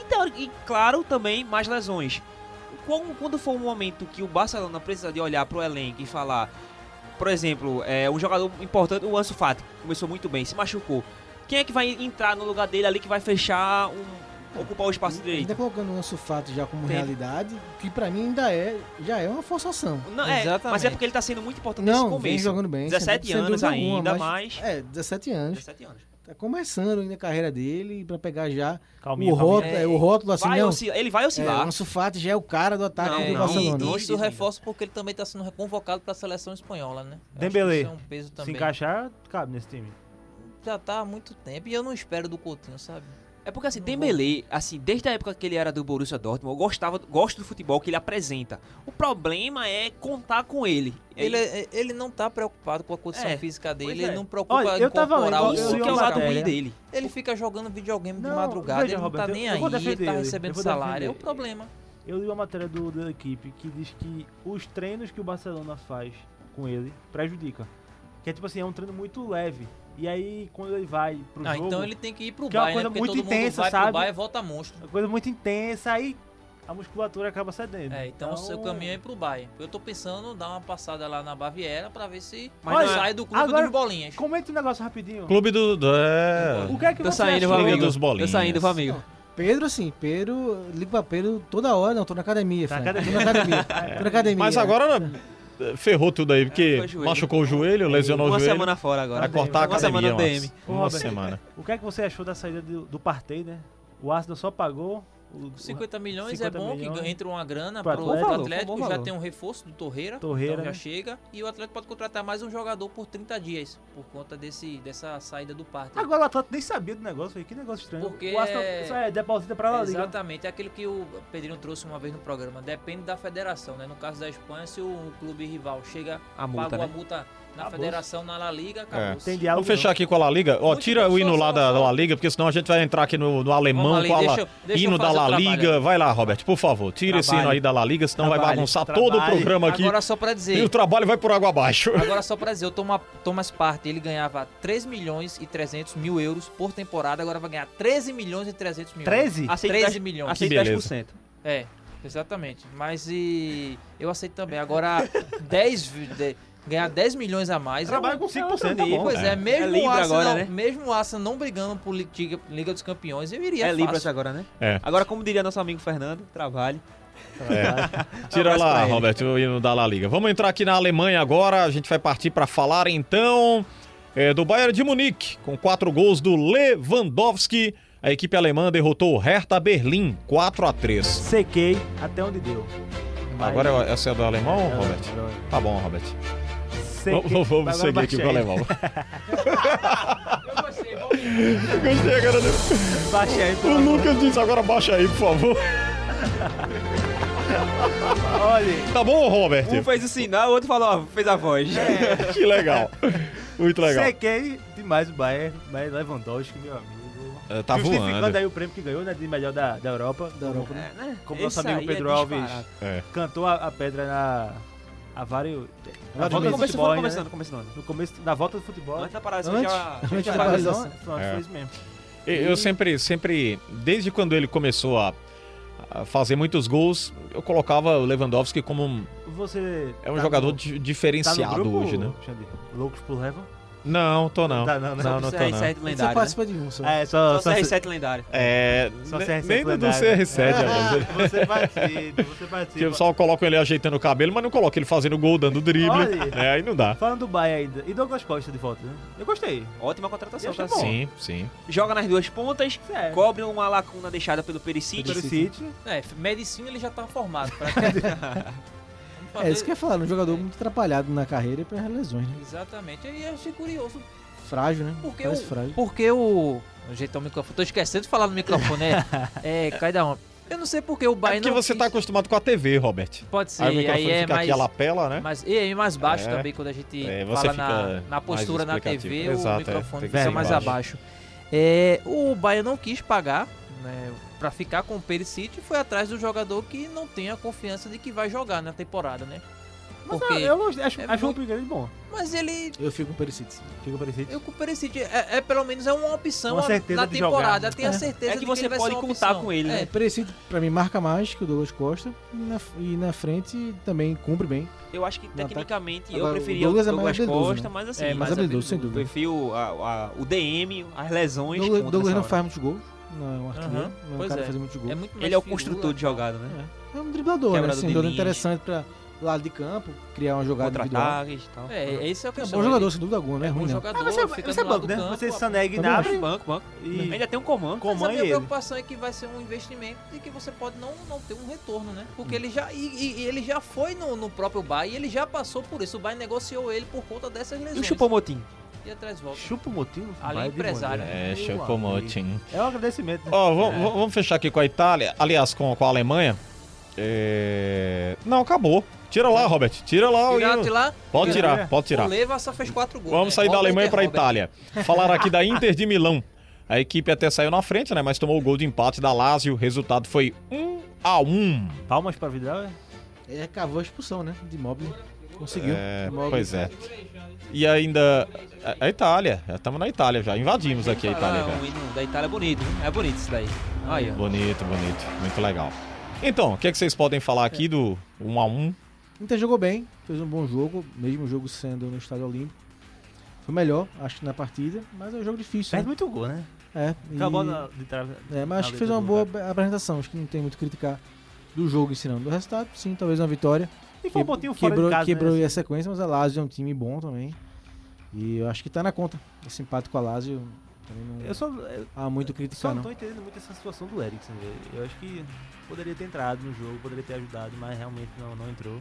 teori- e claro, também mais lesões. Quando, quando for um momento que o Barcelona precisa de olhar pro elenco e falar, por exemplo, é, um jogador importante, o Ansu Fati, começou muito bem, se machucou. Quem é que vai entrar no lugar dele ali que vai fechar, um, ocupar o espaço direito? Ainda colocando o Ansu Fati já como Tem. realidade, que pra mim ainda é, já é uma forçação. Não, é, Exatamente. mas é porque ele tá sendo muito importante nesse Não, começo. vem jogando bem. dezessete sem- sem anos dúvida alguma, ainda, mas- mas... É, dezessete anos. dezessete anos. Tá começando ainda a carreira dele pra pegar já Calminha, o rótulo, calminha. é, o rótulo assim, Vai não. oscilar, ele vai É, oscilar. o Ansu Fati já é o cara do ataque Não, do não. Barcelona. E Não, isso isso reforça porque ele também está sendo reconvocado para a seleção espanhola, né? Eu acho que Dembélé, isso é um peso Se também. encaixar, cabe nesse time. Já tá há muito tempo e eu não espero do Coutinho, sabe? É porque assim, Dembélé, assim, desde a época que ele era do Borussia Dortmund, eu gostava, gosto do futebol que ele apresenta. O problema é contar com ele. Ele, ele não tá preocupado com a condição É, física dele, pois ele é. não preocupa Olha, em eu tava incorporar lendo, o eu Isso li que é o uma lado matéria. ruim dele. Ele fica jogando videogame de Não, madrugada, veja, ele não tá Roberto, nem eu- eu aí, vou ele defender tá ele, recebendo eu vou salário, é defender o ele. problema. Eu li uma matéria do, da equipe que diz que os treinos que o Barcelona faz com ele prejudicam. Que é tipo assim, é um treino muito leve. E aí, quando ele vai pro Ah, jogo... então ele tem que ir pro que é uma Bayern, né? coisa Porque muito todo mundo intensa, vai sabe? pro Bayern e volta monstro. Uma coisa muito intensa, aí a musculatura acaba cedendo. É, então, o seu caminho é ir pro Bayern. Eu tô pensando em dar uma passada lá na Baviera pra ver se Mas Olha, não é- sai do clube agora- dos bolinhas. Comenta um negócio rapidinho. Clube do... do é... O que é que Tô você saindo, achou? meu amigo. dos bolinhas. Tô saindo, meu amigo. Pedro, assim, Pedro, ligo pra Pedro toda hora, não, tô na academia, Tá Frank. na academia. Tô na academia. Tô na academia. Mas agora eh, ferrou tudo aí, É, porque foi o joelho. machucou o joelho, lesionou Uma o joelho. semana fora agora. Vai cortar a Uma academia, semana no D umas- M. Ô, Uma Roberto, semana. O que é que você achou da saída do, do Partey, né? O Arsenal só pagou... O, cinquenta milhões cinquenta é bom, milhões. que ganha- entra uma grana Pro pro, Atlético. pro Bom Atlético, valor. já tem um reforço do Torreira, Torreira, então já né? chega, e o Atlético pode contratar mais um jogador por trinta dias, por conta desse, dessa saída do Partey. Agora o Atlético nem sabia do negócio aí, que negócio estranho. Porque o Arsenal é- só é deposita pra La Liga. Exatamente, é aquilo que o Pedrinho trouxe uma vez no programa, depende da federação, né? No caso da Espanha, se o clube rival chega, A multa, pagou né? a multa na Acabou-se. federação, na La Liga, acabou. Tem diálogo. Vamos fechar aqui com a La Liga. Ó, Muito tira bem, o hino só- lá só- da, da só- La Liga, porque senão a gente vai entrar aqui no, no alemão Vamos ali, com a La... deixa eu- deixa eu hino da fazer o La trabalho Liga. aqui. Vai lá, Robert, por favor. Tira esse hino Trabalhe. aí da La Liga, senão vai Trabalhe, bagunçar todo o trabalhe. programa aqui. Agora só pra E dizer, o trabalho vai por água abaixo. agora só pra dizer, o Toma- Thomas Partey, ele ganhava três milhões e trezentos mil euros por temporada, agora vai ganhar treze milhões e trezentos mil. treze? Aceito treze dez milhões. Aceito Beleza. dez por cento. É, exatamente. Mas e eu aceito também. Agora, dez, vi- de- ganhar dez milhões a mais. Trabalha é um- com cinco por cento, tá bom. Pois é, É. mesmo, É o Libra Arsenal, agora, né? mesmo o Arsenal não brigando por Liga, Liga dos Campeões, eu iria É fácil. Libras agora, né? É. Agora, como diria nosso amigo Fernando, trabalhe. É. Tira abraço lá, pra ele. Robert, o hino da La Liga. Vamos entrar aqui na Alemanha agora. A gente vai partir para falar então é, do Bayern de Munique, com quatro gols do Lewandowski. A equipe alemã derrotou o Hertha Berlim quatro a três. Sequei até onde deu. Mas- Agora essa é do alemão, É, Robert? é, Tá bom, Robert. Sequei. Vamos, vamos Agora seguir aqui baixei. com o alemão. Eu gostei, vamos Gostei agora. Baixei aí, por O favor. Lucas disse agora baixa aí, por favor. Olha, Tá bom, Robert? Um fez o sinal, o outro falou, ó, fez a voz. Que legal. Muito legal. sequei demais o Bayern, mas Lewandowski, meu amigo. É, tá Justificando voando. aí o prêmio que ganhou, né, de melhor da, da Europa. Da Europa, né? É, né? Como nosso Esse amigo aí Pedro é Alves disparado. É. cantou a, a pedra na... A vários... Na Vários volta do meses. Começou, futebol, foi né? começando, começando. No começo, na volta do futebol. Antes da parada, Antes? já... Antes já da já- paralisação. Pronto, É. foi isso mesmo. Eu eu sempre, sempre, desde quando ele começou a, a fazer muitos gols, eu colocava o Lewandowski como um, Você é um tá jogador no- di- tá no diferenciado grupo, hoje, né? Xande? Loucos por Levan? Não, tô não. Tá, não, né? não, não tô C R não. sete Você lendário, né? participa de um só. É, só... Só só C R sete lendário. É, Só ne- C R sete nem do, do lendário. C R sete, rapaz. Você participa, você Que o participa. pessoal coloca ele ajeitando o cabelo, mas não coloca ele fazendo gol, dando drible. Olha. Né? Aí não dá. Falando do Bayern ainda. E Douglas Costa de volta, né? Eu gostei. Ótima contratação, Achei tá? bom. Sim, sim. Joga nas duas pontas, Sério. cobre uma lacuna deixada pelo Perisic. Super City. É, medicina ele já tá formado. praticamente. Vamos É isso fazer- que eu ia falar, um jogador muito atrapalhado na carreira e pelas lesões, né? Exatamente. E eu achei curioso. Frágil, né? Porque Parece o, frágil. porque o... Ajeitar o microfone. Tô esquecendo de falar no microfone, né? É, cai da onda. Eu não sei porque o É Bayern porque não você quis- tá acostumado com a T V, Robert. Pode ser, Aí o aí, microfone é fica mais... aqui a lapela, né? Mas, e aí mais baixo É. também, quando a gente É, você fala fica na, na mais postura na T explicativo. V, Exato, o é. microfone Tem que fica ser mais baixo. abaixo. É, o Bayern não quis pagar, né, pra ficar com o Perisic e foi atrás do jogador que não tem a confiança de que vai jogar na temporada, né? Mas Porque eu, eu gostei, acho, é acho muito- um upgrade bom. Mas ele... Eu fico com o Perisic. Fica parecido. Eu com o Perisic é, é pelo menos é uma opção Uma certeza na de temporada. jogar. Tem a É. certeza É que de você ele vai pode ser uma contar opção. com ele, né? É. O Perisic, pra mim, marca mais que o Douglas Costa. E na, e na frente também cumpre bem. Eu acho que No tecnicamente ataque. eu Agora, preferia o o Douglas é Douglas, mais habilidoso, Costa, né? mas assim, É, mais habilidoso, sem eu dúvida. prefiro a- a- o D M, as lesões. Douglas, contra Douglas nessa não hora. faz muitos gols. Não é um artilheiro. Aham, Não é um pois cara é. que faz muitos gols. É muito mais Ele é o figura, construtor de tal. jogada, né? É um driblador, né? Quebrador Assim, de todo linha. interessante pra lado de campo, criar uma jogada individual. Contra-ataques e tal. É, esse é o que É é um bom. bom jogador, ele- sem dúvida alguma, não é é ruim bom não. jogador, Ah, você, fica você é do lado banco, do né? campo. Você Sanegue, Também Gnabry acho. Banco, banco. e Ainda tem um comando. Mas a Coman e minha ele. preocupação é que vai ser um investimento e que você pode não, não ter um retorno, né? Porque ele já, e, e- e ele já foi no, no próprio Bayern e ele já passou por isso. O Bayern negociou ele por conta dessas E lesões. o Choupo-Moting? E atrás volta. Chupa o motivo. Ali, empresário. É, Meu Choupo-Moting. amigo. É um agradecimento, né? Ó, vamos, vamos fechar aqui com a Itália. Aliás, com, com a Alemanha. É... Não, acabou. Tira lá, Robert. Tira lá. o Tirar hino. de lá. Pode tirar, É. pode O tirar. Leva só fez quatro gols. Vamos né? sair da Robert Alemanha é para Robert. Itália. Falar aqui da Inter de Milão. A equipe até saiu na frente, né? Mas tomou o gol de empate da Lazio. O resultado foi um a um. Palmas pra Vidal, é? Ele acabou a expulsão, né? De Immobile. Conseguiu. É, Immobile. pois é. E ainda a, a Itália. Estamos na Itália já. Invadimos aqui a Itália Ah, já. o hino da Itália é bonito, hein? É bonito isso daí. Aí, ó. Bonito, bonito. Muito legal. Então, o que, é que vocês podem falar aqui do um a um? Inter jogou bem, fez um bom jogo, mesmo o jogo sendo no Estádio Olímpico. Foi melhor, acho que na partida, mas é um jogo difícil. Perde Né? muito gol, né? É, e- Acabou na, de trave. é, mas acho na que fez letra uma do boa lugar. apresentação. Acho que não tem muito a criticar do jogo ensinando. Do resultado, sim, talvez uma vitória. E foi um Que- pontinho fora quebrou de casa, quebrou né? aí a sequência, mas a Lazio é um time bom também. E eu acho que tá na conta. Esse empate com a Lazio também não Eu só, eu há muito a só criticar, não não. tô entendendo muito essa situação do Eriksen, velho. Eu acho que poderia ter entrado no jogo, poderia ter ajudado, mas realmente não, não entrou.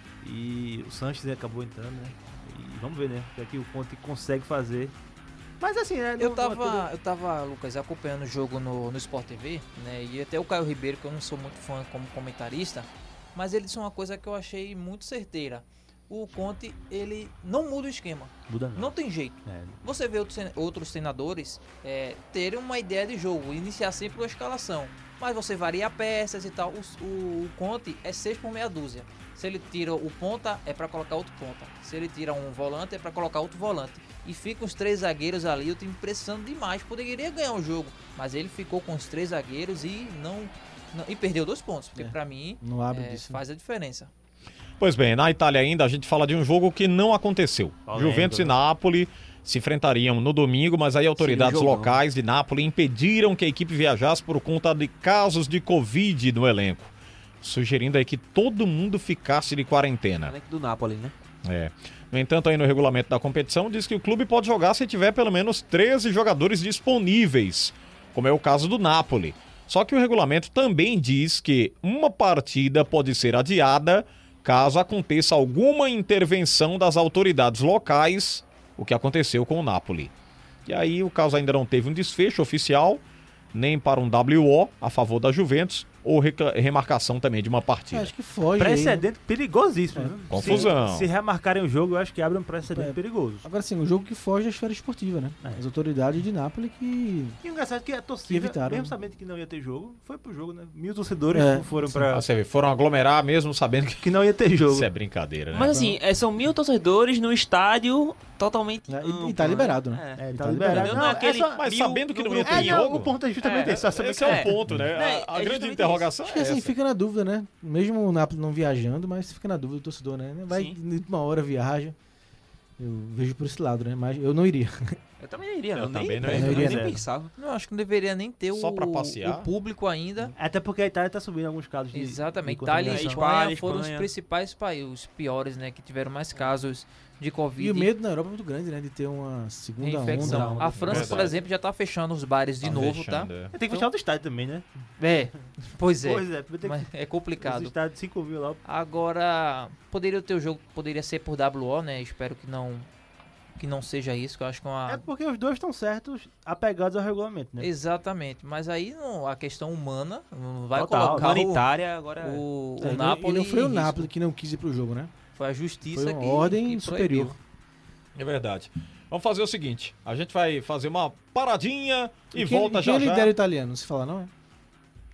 E o Sanches acabou entrando, né? E vamos ver, né? O que é que o Conte consegue fazer. Mas assim, né? Eu não- não é tava, eu tava, Lucas, acompanhando o jogo no, no Sport T V, né? E até o Caio Ribeiro, que eu não sou muito fã como comentarista, mas ele disse uma coisa que eu achei muito certeira. O Conte, ele não muda o esquema. tudo- Muda não. Não tem jeito. É, Você vê outros, outros treinadores é, terem uma ideia de jogo, iniciar sempre com a escalação. Mas você varia peças e tal. O, o, o Conte é seis por meia dúzia. Se ele tira o ponta, é para colocar outro ponta. Se ele tira um volante, é para colocar outro volante. E fica os três zagueiros ali, eu tenho precisando demais. Poderia ganhar o jogo, mas ele ficou com os três zagueiros e não, não- e perdeu dois pontos. Porque É, para mim Não abre é, disso. faz a diferença. Pois bem, na Itália ainda a gente fala de um jogo que não aconteceu. Polêmico, Juventus e né? Nápoles se enfrentariam no domingo, mas aí autoridades Seria um jogão. locais de Nápoles impediram que a equipe viajasse por conta de casos de Covid no elenco, sugerindo aí que todo mundo ficasse de quarentena. Elenco do Napoli, né? É. No entanto, aí no regulamento da competição diz que o clube pode jogar se tiver pelo menos treze jogadores disponíveis, como é o caso do Napoli. Só que o regulamento também diz que uma partida pode ser adiada caso aconteça alguma intervenção das autoridades locais, o que aconteceu com o Napoli. E aí o caso ainda não teve um desfecho oficial, nem para um W O a favor da Juventus, ou reca- remarcação também de uma partida. Acho que foge aí, né? Precedente perigosíssimo. É. viu? Confusão. Se, se remarcarem o jogo, eu acho que abre um precedente É. perigoso. Agora sim, o jogo que foge da esfera esportiva, né? É. As autoridades de Nápoles que... E o engraçado é que a Que torcida, evitaram. mesmo sabendo que não ia ter jogo, foi pro jogo, né? Mil torcedores É, foram sim. pra... Ah, você vê, foram aglomerar mesmo sabendo que que não ia ter jogo. isso é brincadeira, né? Mas assim, é, são mil torcedores no estádio totalmente. É, e- amplo, e tá liberado, né? É. É, E tá tá liberado. liberado. Não, Não é é aquele- só- Mas mil sabendo que no não ia grupo. ter É, não, jogo, o ponto é justamente É, esse. Só saber esse é o É. ponto, né? É, A- a é grande justamente interrogação Acho é que assim, essa. fica na dúvida, né? Mesmo o Nápoles não viajando, mas fica na dúvida do torcedor, né? Vai Sim. de uma hora viaja. Eu vejo por esse lado, né? Mas eu não iria. Eu também não iria, Eu não. Nem, também não eu iria. nem Não iria. pensava. Não, acho que não deveria nem ter Só o, pra passear? o público ainda. Até porque a Itália tá subindo alguns casos de Exatamente. de Itália e contaminação. Espanha Espanha, foram os Espanha. principais países, os piores, né? Que tiveram mais casos de Covid. E o medo na Europa é muito grande, né? De ter uma segunda infecção. onda. A França, por Verdade. exemplo, já tá fechando os bares de Tá novo, fechando, é. Tem que fechar o estádio também, né? tá? É. Pois é. Pois é, vai ter Mas que é os complicado. estádios cinco mil lá. Agora, poderia ter o jogo, poderia ser por W O, né? Espero que não que não seja isso, que eu acho que é uma É porque os dois estão certos, apegados ao regulamento, né? Exatamente, mas aí não, a questão humana não vai Total, colocar o, Humanitária, agora. o, o É, e não- Napoli e não foi em o risco. Napoli que não quis ir pro jogo, né? Foi a justiça Foi uma que ordem que superior. proibiu. É verdade. Vamos fazer o seguinte, a gente vai fazer uma paradinha e quem, volta quem já já. lidera o italiano? Não se fala, não, é?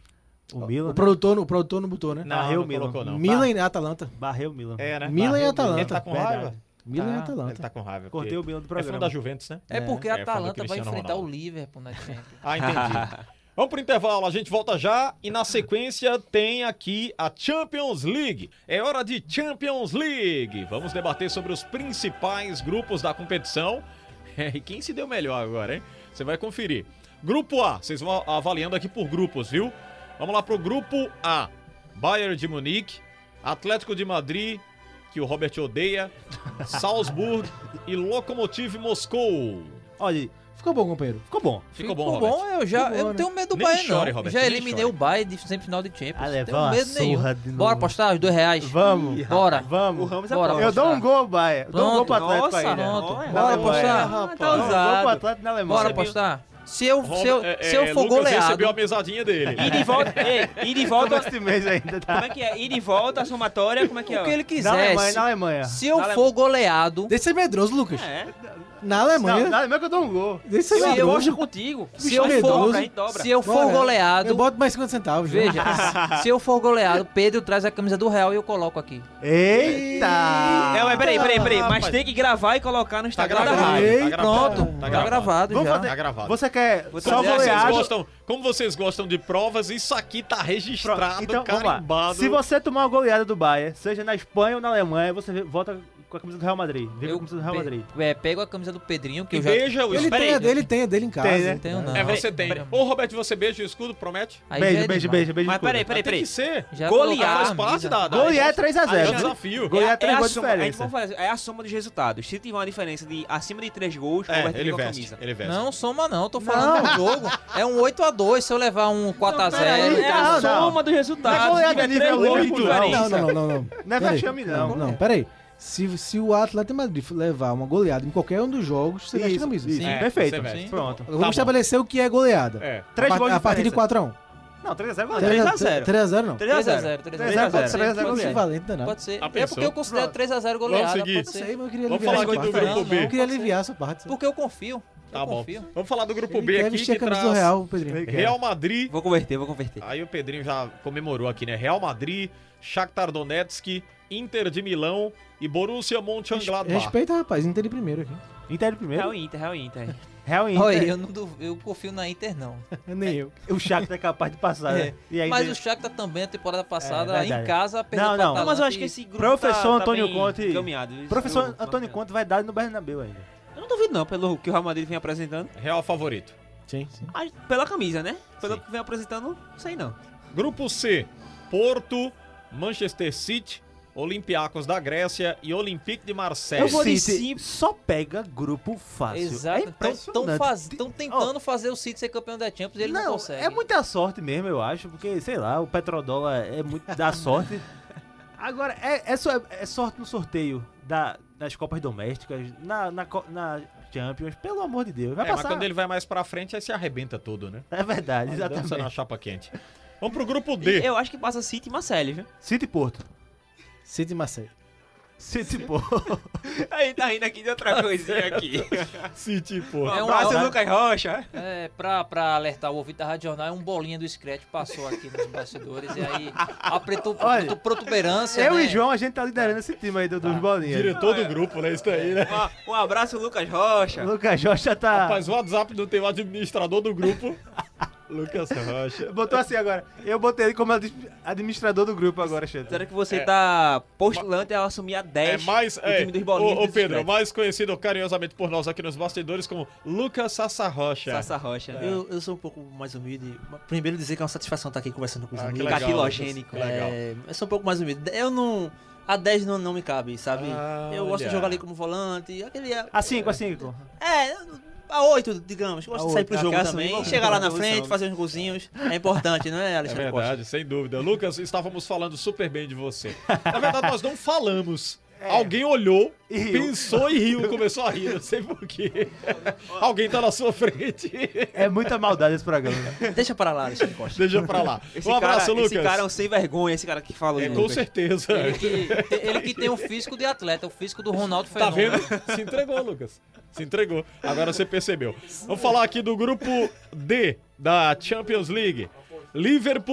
O Milan. O produtor, não- o produtor não botou, né? Não, Barreu não o Milan. colocou, não. Milan e Atalanta. Barreu o Milan. É, né? Milan e Barreu o Atalanta. Ele tá com Verdade. raiva? Milan e Ele Atalanta. tá com raiva. Cortei porque o Milan do É programa. fã da Juventus, né? É porque É, a fã do Atalanta vai Cristiano enfrentar Ronaldo. o Liverpool na Champions. Ah, entendi. Vamos pro intervalo, a gente volta já e na sequência tem aqui a Champions League. É hora de Champions League. Vamos debater sobre os principais grupos da competição. É, e quem se deu melhor agora, hein? Você vai conferir. Grupo A, vocês vão avaliando aqui por grupos, viu? Vamos lá pro grupo A. Bayern de Munique, Atlético de Madrid, que o Robert odeia, Salzburg e Lokomotiv Moscou. Olha, Ficou bom, companheiro. ficou bom. Ficou bom, Ficou Robert? bom, eu já Ficou eu bom, não tenho medo do Nem Bayern, chore, não. Robert, Já nem eliminei chore. o Bayern de semifinal de Champions. Ah, Não levar tenho uma medo nenhum. surra de novo. Bora apostar os dois reais. Vamos. Bora. Vamos. O Ramos Bora, aposta. Eu dou um apostar. gol, Baia. Eu dou um gol pro Pronto, Atlético nossa, aí, né? pronto. Olha, Bora olha, apostar. olha, Tá tá Um gol pro usado. Atlético na Alemanha. Bora apostar. Se eu, se eu, É, se eu é, for Lucas goleado... recebeu a mesadinha dele. E de volta, ei, e de volta, Este mês ainda, tá? como é que é? E de volta, a somatória, como é que é? O que ele Na quiser. Alemanha, se- na Alemanha. Se eu Na for goleado... Deixa de ser medroso, Lucas. É, Na Não, Alemanha. na Alemanha que eu dou um gol. Deixa de ser eu medroso. aposto contigo. Se Bicho, eu a gente for- dobra, a gente dobra. Se eu for Bora. goleado... Eu boto mais cinquenta centavos. viu? Veja, se eu for goleado, Pedro traz a camisa do Real e eu coloco aqui. Eita! É, mas peraí, peraí, peraí. Mas Rapaz. tem que gravar e colocar no Tá Instagram da gravado. rádio. Ei, Tá gravado. Pronto, Tá tá gravado Vamos já. fazer- Tá gravado. Você quer Vou só trazer Como vocês, goleado? gostam, como vocês gostam de provas, isso aqui tá registrado, Então, vamos lá. carimbado. Se você tomar uma goleada do Bayern, seja na Espanha ou na Alemanha, você volta com a camisa do Real Madrid. Vem com a camisa do Real pe- Madrid. é, pego a camisa do Pedrinho, que E eu já beija o Ele escudo. tem, a dele, tem a dele em casa. Tem, né? não tenho, não. É, você tem. Ô, Roberto, você beija o escudo, promete? Aí Beijo, já é beijo, demais. beijo, beijo. Mas de peraí, escudo. peraí, Tem peraí. que ser. Já Goleado. colocar a Faz camisa. parte da... da Golear é três a é zero. um desafio. Golear É, é três a gols de soma, a gente diferença. vai fazer, é a soma dos resultados. Se tiver uma diferença de acima de três gols, É, Roberto ele liga a veste, camisa. ele veste. Não, soma não, tô falando do jogo. É um oito a dois, se eu levar um quatro a Peraí, zero. é a Não, não. soma dos resultados. Não é goleada Se tiver nível três gols de oito, diferença. Não, não, não, não. Não, Não é Peraí. vexame, não. Não, peraí. Se, se o Atlético de Madrid levar uma goleada em qualquer um dos jogos, você veste a Isso, camisa. isso. É, Perfeito. você veste. Pronto. Vamos bom. estabelecer o que é goleada. É. Três a, par- gols de a partir de diferença. quatro a um. Não, três a zero três goleada. a zero. três a zero não. três a três a zero. zero, três a três zero. a zero, Pode ser, três a zero pode ser. Equivalente, danado. Pode ser. Ah, É pensou? porque eu considero Pronto. três a zero goleada, seguir. pode Eu sei, ser. mas eu queria Vamos aliviar falar essa aqui do parte. grupo Não, B. Eu queria pode ser. aliviar essa parte. Porque eu confio. Tá eu bom. confio. Vamos falar do grupo Ele B quer aqui vestir que a camisa traz do Real, Pedrinho. Real Madrid. Vou converter, vou converter. Aí o Pedrinho já comemorou aqui, né? Real Madrid, Shakhtar Donetsk, Inter de Milão e Borussia Mönchengladbach. Respeita, rapaz. Inter em primeiro aqui. Inter primeiro. Real Inter, Real Inter. Real Inter. Olha, eu não duv- eu confio na Inter, não. Nem eu. O Shakhtar é capaz de passar, É. né? E aí, Mas o Shakhtar também, a temporada passada, É, verdade. em casa, perdeu Não, pra não. Não, mas eu acho que Atalanta esse grupo Professor tá, Antônio tá bem Conte- encaminhado. Esse Professor grupo, Antônio tá Conte vai dar no Bernabéu ainda. Eu não duvido não, pelo que o Real Madrid vem apresentando. Real favorito. Sim, sim. Mas pela camisa, né? Pelo Sim. que vem apresentando, não sei não. Grupo C, Porto, Manchester City, Olympiacos da Grécia e Olympique de Marseille. Eu vou de City City. só pega grupo fácil. Exato. É Estão impressionante. tentando fazer o City ser campeão da Champions e ele não, Não, consegue. é muita sorte mesmo, eu acho, porque, sei lá, o petrodólar é muito da sorte. Agora, é, é, só- é sorte no sorteio da, das Copas Domésticas, na, na, co- na Champions, pelo amor de Deus. Vai É, mas passar. quando ele vai mais pra frente, aí se arrebenta todo, né? É verdade, Dança na exatamente. chapa quente. Vamos pro grupo E D. eu acho que passa City e Marseille, viu? City e Porto. City e Marseille. City e Porto. Aí tá rindo aqui de outra coisinha aqui. City, pô. É um Abraço, abraço. Lucas Rocha. É, pra, pra alertar o ouvinte da Rádio Jornal, é um bolinha do Scratch passou aqui nos bastidores e aí apretou Olha, protu- protuberância, Eu né? e João, a gente tá liderando esse time aí do- dos bolinhas. Diretor do grupo, né? Isso daí, né? Um, um abraço, Lucas Rocha. O Lucas Rocha tá... Rapaz, o WhatsApp não tem o administrador do grupo. Lucas Rocha. Botou assim agora. Eu botei ele como ad- administrador do grupo agora, Xande. Será que você É. tá postulante a assumir a É dez mais. do É, time dos bolinhas? ô, ô do Pedro, Scratch? mais conhecido carinhosamente por nós aqui nos bastidores como Lucas Sassa Rocha. Sassa Rocha. Eu, eu sou um pouco mais humilde. Primeiro dizer que é uma satisfação estar aqui conversando com os Ah, que amigos. legal, Capilogênico. Lucas, que legal. É, eu sou um pouco mais humilde. Eu não. A dez não, não me cabe, sabe? Ah, eu gosto olha. de jogar ali como volante. Aquele. A cinco, a cinco. É, a oito, digamos. Gosto A de sair oito, pro a jogo caça também. mesmo, Chegar lá na posição. frente, fazer uns golzinhos. É importante, não é, É Alexandre Costa? verdade, sem dúvida. Lucas, estávamos falando super bem de você. Na verdade, nós não falamos. Alguém olhou, E riu. pensou e riu, começou a rir, não sei porquê. Alguém tá na sua frente. É muita maldade esse programa. né? Deixa para lá, Alexandre Costa. Deixa pra lá. Esse Um abraço, cara, Lucas. Esse cara é um sem vergonha, esse cara que falou. É, de com Lucas. certeza. Ele que, ele que tem o físico de atleta, o físico do Ronaldo Tá Fenômeno. vendo? Se entregou, Lucas. Se entregou. Agora você percebeu. Vamos falar aqui do grupo D da Champions League. Liverpool,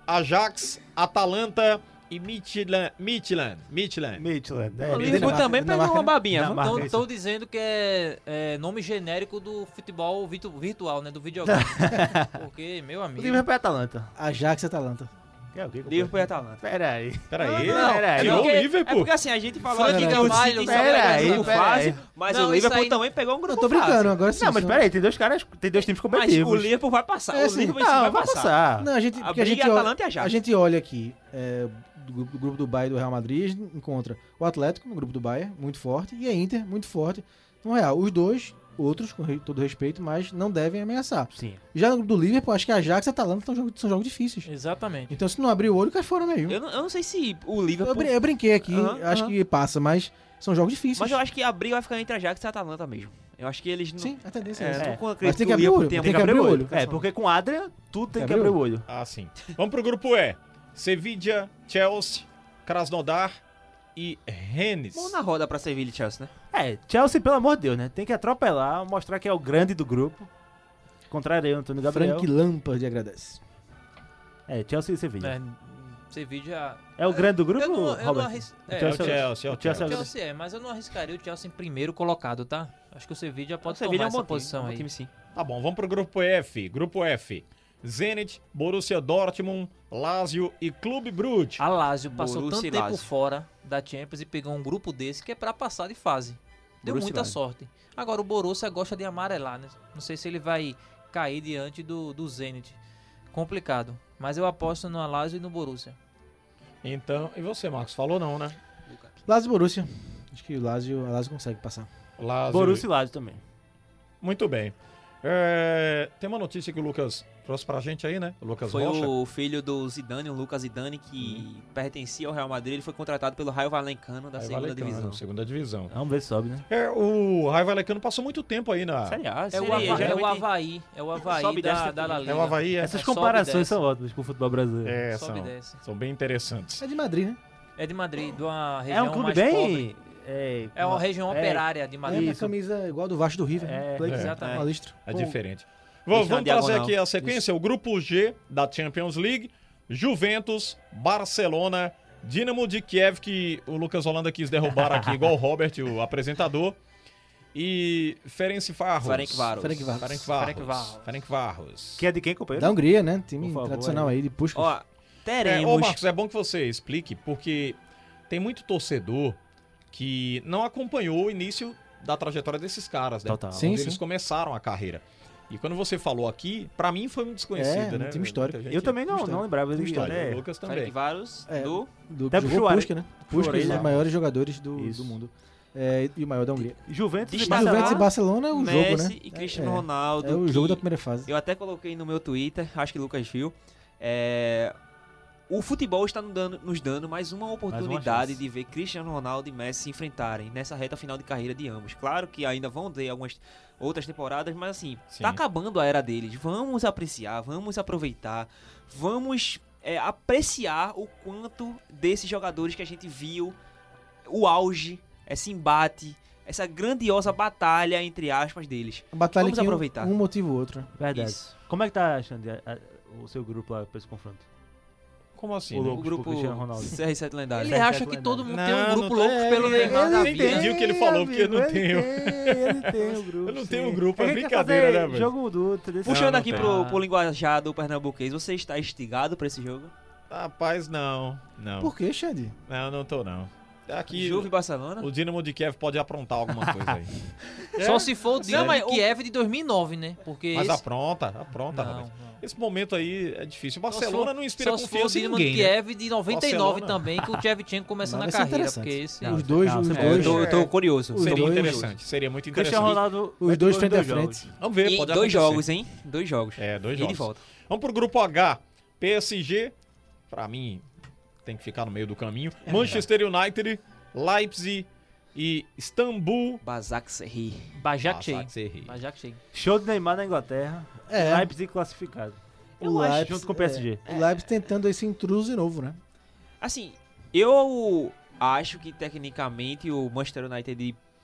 Ajax, Atalanta e Midtjylland. Midtjylland. Midtjylland. Midtjylland. O Liverpool também pegou uma babinha. Então, Estou dizendo que é, é nome genérico do futebol virtu- virtual, né? Do videogame. Porque, meu amigo... Liverpool e Atalanta. Ajax e Atalanta. É o quê? Liverpool e Atalanta. Pera aí. Pera aí. Não, Pera aí. Tirou porque- o Liverpool. É porque assim, a gente falou Frank aqui Gamalho, que pera aí, grupo pera fácil, aí. mas Não, o isso Liverpool aí- também pegou um grupo Eu tô brincando, fácil. agora sim. Não, mas só- pera aí, tem dois caras, tem dois times Mas competitivos. o Liverpool vai passar. É, o assim, Liverpool Não, vai vai passar. passar. Não, a gente, A porque a briga gente, é olha, Atalanta e Ajax. a gente olha aqui, é, do, grupo- do grupo do Bayern e do Real Madrid, encontra o Atlético no grupo do Bayern, muito forte, e a Inter, muito forte no Real. Os dois, outros, com re- todo respeito, mas não devem ameaçar. Sim. Já no grupo do Liverpool, acho que a Ajax e a Atalanta são jogos, são jogos difíceis. Exatamente. Então, se não abrir o olho, cai fora mesmo. Eu não, eu não sei se o Eu, Liverpool... brin- eu brinquei aqui, Aham, acho aham. que passa, mas são jogos difíceis. Mas eu acho que a briga vai ficar entre Ajax e Atalanta mesmo. Eu acho que eles não... Sim, a tendência é, É, essa. não É. acredito Mas tem que o abrir o Liverpool olho, tenha tem que briga abrir o pra- olho. É, porque com Adrian, tudo tem Tem que que abrir abrir o o olho. Ah, sim. Vamos pro grupo E. Sevilla, Chelsea, Krasnodar e Rennes. Vamos na roda pra Sevilla e Chelsea, né? É, Chelsea, pelo amor de Deus, né? Tem que atropelar, mostrar que é o grande do grupo. Contrário aí, Antônio Gabriel. Frank Lampard agradece. É, Chelsea e Sevilla. É, Sevilla... É o grande do grupo, Eu não, eu não Robert? arris... É o é, Chelsea, é o Chelsea. Chelsea o Chelsea é, mas eu não arriscaria o Chelsea em primeiro colocado, tá? Acho que o Sevilla pode O Sevilla tomar é um essa bom time, posição é um bom aí. time, sim. Tá bom, vamos pro grupo F. Grupo F. Zenit, Borussia Dortmund, Lazio e Clube Brugge. A Lazio passou Borussia tanto e tempo Lazio. fora da Champions e pegou um grupo desse que é pra passar de fase. Deu Borussia e muita Lazio. sorte. Agora o Borussia gosta de amarelar, né? Não sei se ele vai cair diante do, do Zenit. Complicado. Mas eu aposto no Lazio e no Borussia. Então, e você, Marcos? Falou não, né? Lazio e Borussia. Acho que o Lazio, a Lazio consegue passar. Lazio. Borussia e Lazio também. Muito bem. É, tem uma notícia que o Lucas trouxe pra gente aí, né? O Lucas Foi Rocha. o filho do Zidane, o Lucas Zidane, que pertencia ao Real Madrid. Ele foi contratado pelo Raio Vallecano da Raio segunda Vallecano, divisão. Segunda divisão. Vamos ver se sobe, né? É, o Raio Vallecano passou muito tempo aí na... Série A, É Série o, A, Havaí, é o geralmente- Havaí. É o Havaí Sobe e da, desce da La Liga. É o Havaí, é. Essas É, sobe e comparações desce. são ótimas com o futebol brasileiro. É, Sobe e são, desce. são bem interessantes. É de Madrid, né? É de Madrid, de uma É região um clube mais bem... pobre. É, É uma região é, operária de É Madrid. uma camisa igual a do Vasco do River. É, né? Play, é. Exatamente. Uma listra. É Com- diferente. Deixa Vamos, na vamos trazer diagonal. aqui a sequência. O grupo G da Champions League. Juventus, Barcelona, Dinamo de Kiev, que o Lucas Holanda quis derrubar aqui, igual o Robert, o apresentador. E Ferencváros. Ferencváros. Ferencváros. Ferencváros. Ferencváros. Ferencváros. Que é de quem, companheiro? Da Hungria, né? Time Por favor, tradicional aí. aí de Puskás. Ó, É, teremos... ô Marcos, é bom que você explique, porque tem muito torcedor que não acompanhou o início da trajetória desses caras, né? Total. Sim, Onde sim. eles começaram a carreira. E quando você falou aqui, pra mim foi muito desconhecido, É, um né? time histórico. Muita gente- Eu também não, História. não lembrava Time dele. histórico. Olha, né? o Lucas também. Ferencváros É. do... Do, Até jogou puxou Puskás, né? Puskás, Orelha. um dos maiores jogadores do, Isso. do mundo. É, e o maior da Hungria. Juventus e Destacar- Juventus e Barcelona. Barcelona é o Messi jogo, né? e Cristiano É, Ronaldo. É o que jogo da primeira fase. Eu até coloquei no meu Twitter, acho que o Lucas viu. É, o futebol está nos dando, nos dando mais uma oportunidade chance. de ver Cristiano Ronaldo e Messi se enfrentarem nessa reta final de carreira de ambos. Claro que ainda vão ter algumas outras temporadas, mas assim, Sim. tá acabando a era deles. Vamos apreciar, vamos aproveitar, vamos é, apreciar o quanto desses jogadores que a gente viu, o auge, esse embate, essa grandiosa batalha, entre aspas, deles. A batalha Vamos que um- aproveitar. um motivo ou outro. né? Verdade. Isso. Como é que tá, Xande, a- a- o seu grupo lá pra esse confronto? Como assim? O né? louco. O grupo Cristiano Ronaldo. C R sete lendário. Ele acha que todo mundo tem um Não, grupo não louco tem. pelo Neymar da Eu vida. entendi o que ele falou, porque eu não tenho. Ele tem o grupo. Eu não sim. tenho um grupo, é Ele quer brincadeira, fazer né, velho? Jogo duro, desse- Puxando não aqui tem. pro, pro linguajar do pernambuquês, você está instigado pra esse jogo? Rapaz, não. Não. Por que, Xande? Não, não tô, não. Aqui, Juve e Barcelona? o Dinamo de Kiev pode aprontar alguma coisa aí. Só se for o Dinamo mas de Kiev de dois mil e nove, né? Porque Mas esse... apronta, apronta, Não, Roberto. não. Esse momento aí é difícil. O Só se Barcelona for- não inspira só se for o confiança em Dinamo ninguém, de né? Kiev de noventa e nove Barcelona. também, que o Shevchenko começando Mas a vai ser carreira. interessante. Porque esse... Não, Os dois, não, os você É, eu dois. tô, eu tô curioso. Os Seria dois- interessante, seria muito interessante. Cristiano Ronaldo. Os vai dois ter frente a dois frente. jogos. Vamos ver, E pode dois acontecer. jogos, hein? Dois jogos. É, dois E jogos. de volta. Vamos pro grupo H. P S G, pra mim, tem que ficar no meio do caminho. É Manchester United, Leipzig e Istambul. Basak Serri. Bajakshei. Basaksehir. Bajakshei. Show de Neymar na Inglaterra. É. Leipzig classificado. O Eu acho, Leipzig- junto com o P S G. É, o Leipzig tentando esse intruso de novo, né? Assim, eu acho que tecnicamente o Manchester United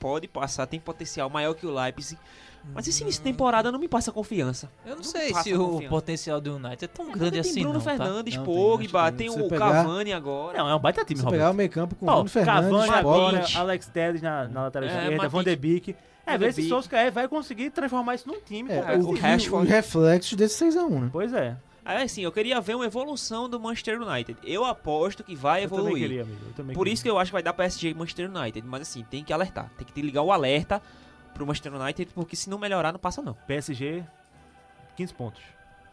pode passar, tem potencial maior que o Leipzig. Mas esse início de temporada não me passa confiança. Eu não, Não sei me passa se o confiança. potencial do United é tão Mas grande tem assim, Bruno não, tá? Fernandes, Não, Pogba, tem, tem, acho que o tem. Você pegar- Cavani agora. Não, é um baita time, Se Roberto. pegar o meio campo com Ó, Bruno Fernandes, Cavani Pogba, agora, Alex Telles na, na lateral É, esquerda, Matite. Van de Beek. É, Van ver de se Beek. Solskjaer vai conseguir transformar isso num time. É, competitivo. o, o Rashford. os reflexos desse seis a um, né? Pois é. Aí assim, eu queria ver uma evolução do Manchester United. Eu aposto que vai Eu também evoluir. queria, amigo. Eu também Por queria. isso que eu acho que vai dar P S G e Manchester United. Mas assim, tem que alertar. Tem que ligar o alerta pro Manchester United, porque se não melhorar, não passa não. P S G, quinze pontos.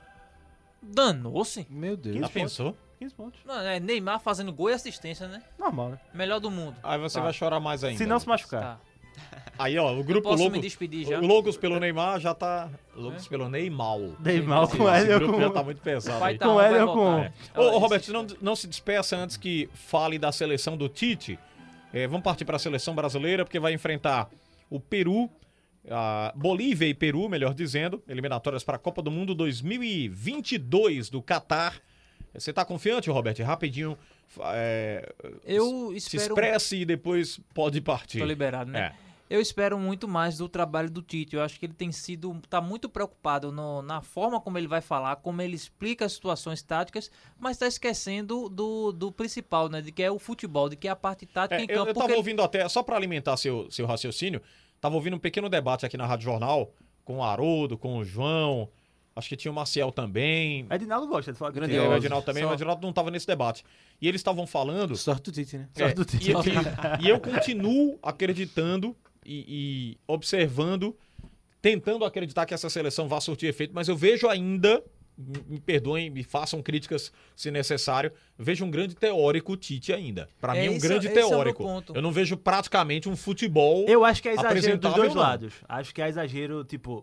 Danou-se. Meu Deus. Já pensou? quinze pontos. Não, é Neymar fazendo gol e assistência, né? Normal, né? Melhor do mundo. Aí você Tá. vai chorar mais ainda. Se não se machucar. Tá. Aí, ó, o grupo Posso louco. me despedir já? O Loucos pelo Neymar já tá. Loucos pelo Neymar. Neymar Esse- com esse Hélio grupo com- já tá muito pesado. Vai aí. tá Com um, vai ele ou voltar. com- Ô, ô, Roberto, não, não se despeça antes que fale da seleção do Tite. É, vamos partir para a seleção brasileira, porque vai enfrentar o Peru, a Bolívia e Peru, melhor dizendo, eliminatórias para a Copa do Mundo dois mil e vinte e dois do Catar. Você tá confiante, Roberto? Rapidinho, é, Eu se espero... expresse e depois pode partir. Tô liberado, né? É. Eu espero muito mais do trabalho do Tite. Eu acho que ele tem sido, tá muito preocupado no- na forma como ele vai falar, como ele explica as situações táticas, mas está esquecendo do, do principal, né? De que é o futebol, de que é a parte tática É, em eu, campo. eu porque tava ele- ouvindo até, só para alimentar seu, seu raciocínio, tava ouvindo um pequeno debate aqui na Rádio Jornal com o Haroldo, com o João, acho que tinha o Marcial também. Edinaldo gosta de falar É, grande o Edinaldo também, Só- o Edinaldo não tava nesse debate. E eles estavam falando. Sorte do Tite, né? É, Sorte do Tite. E, e- e eu continuo acreditando e, e observando, tentando acreditar que essa seleção vai surtir efeito, mas eu vejo ainda, me me perdoem, me façam críticas se necessário, vejo um grande teórico Tite ainda. Pra É, mim, um esse é- grande esse é o meu teórico. ponto. Eu não vejo praticamente um futebol. Eu acho que é exagero dos apresentável, dois não. lados. Acho que é exagero, tipo,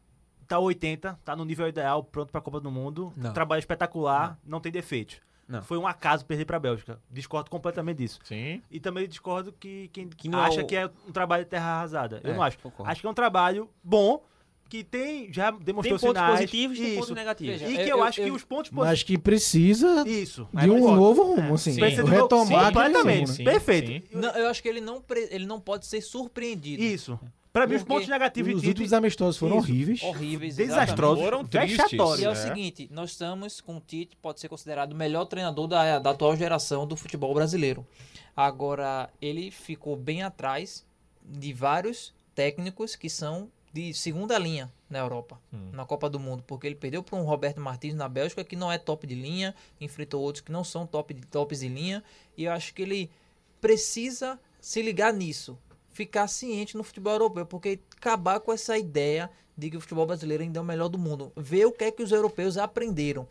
tá oitenta, tá no nível ideal, pronto pra Copa do Mundo, Não. trabalho espetacular, não, tem defeitos. Não. Foi um acaso perder pra Bélgica. Discordo completamente disso. Sim. E também discordo que quem Que não é acha o- que é um trabalho de terra arrasada. Eu É, não acho. concordo. Acho que é um trabalho bom, que tem, já Tem demonstrou pontos sinais. positivos e tem isso. pontos negativos. Veja, E que Eu- eu, eu- acho que eu- os pontos Mas positivos... que precisa Isso. de um concordo. novo rumo, assim. Sim. Precisa de novo- Retomar Sim, aquele completamente. rumo, né? Sim. Perfeito. Sim. Não, eu acho que ele não, pre- ele não pode ser surpreendido. Isso. Pra mim, os Porque pontos negativos Os de Tite... últimos amistosos foram Isso. horríveis. Horríveis. Desastrosos. Foram tristes. vexatórios. E é o É. seguinte, nós estamos com o Tite, pode ser considerado o melhor treinador da, da atual geração do futebol brasileiro. Agora, ele ficou bem atrás de vários técnicos que são de segunda linha na Europa, na Copa do Mundo, porque ele perdeu para um Roberto Martins na Bélgica, que não é top de linha, enfrentou outros que não são top de, tops de linha, e eu acho que ele precisa se ligar nisso, ficar ciente no futebol europeu, porque acabar com essa ideia de que o futebol brasileiro ainda é o melhor do mundo, ver o que é que os europeus aprenderam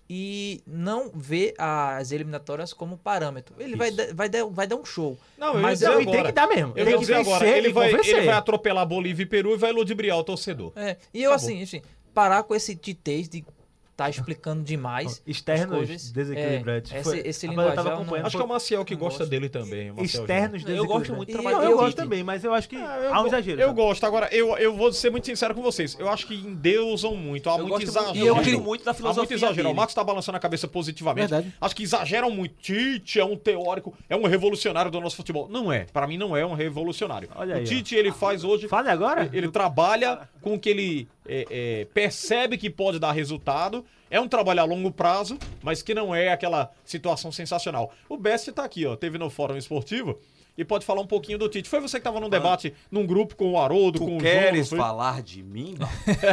e não ver as eliminatórias como parâmetro. Ele vai, dar- vai, dar, vai dar um show. Não, eu Mas ia dizer Não, e tem agora. que dar mesmo. Eu Tem vou que dizer vencer agora, ele e vai, convencer. ele vai atropelar Bolívia e Peru e vai ludibriar o torcedor. É, e eu Acabou. assim, assim, parar com esse titez de tá explicando demais Externos as coisas. desequilibrantes. É, Foi- esse, esse Rapaz, eu tava linguajar eu não- acompanhando. Acho que é o Maciel que Não gosta gosto. dele também. o Marcel Externos Eu gosto muito do desequilibrantes. trabalho Eu, do eu gosto Tite. também, mas eu acho que Ah, eu há um go- exagero. Eu sabe? gosto. Agora, eu, eu vou ser muito sincero com vocês. Eu acho que endeusam muito. Há Eu muito gosto muito- exagero. e eu gosto muito da Há filosofia muito exagero. dele. O Marcos tá balançando a cabeça positivamente. Verdade. Acho que exageram muito. Tite é um teórico, é um revolucionário do nosso futebol. Não é. Pra mim, não é um revolucionário. Olha o aí, ó. Tite, ele faz hoje... Fale agora. Ele trabalha com o que ele é, é, percebe que pode dar resultado. É um trabalho a longo prazo, mas que não é aquela situação sensacional. O Best tá aqui, ó. Teve no Fórum Esportivo e pode falar um pouquinho do Tite. Foi você que tava num debate, num grupo com o Haroldo, com Tu o João. queres não foi? falar de mim? Não?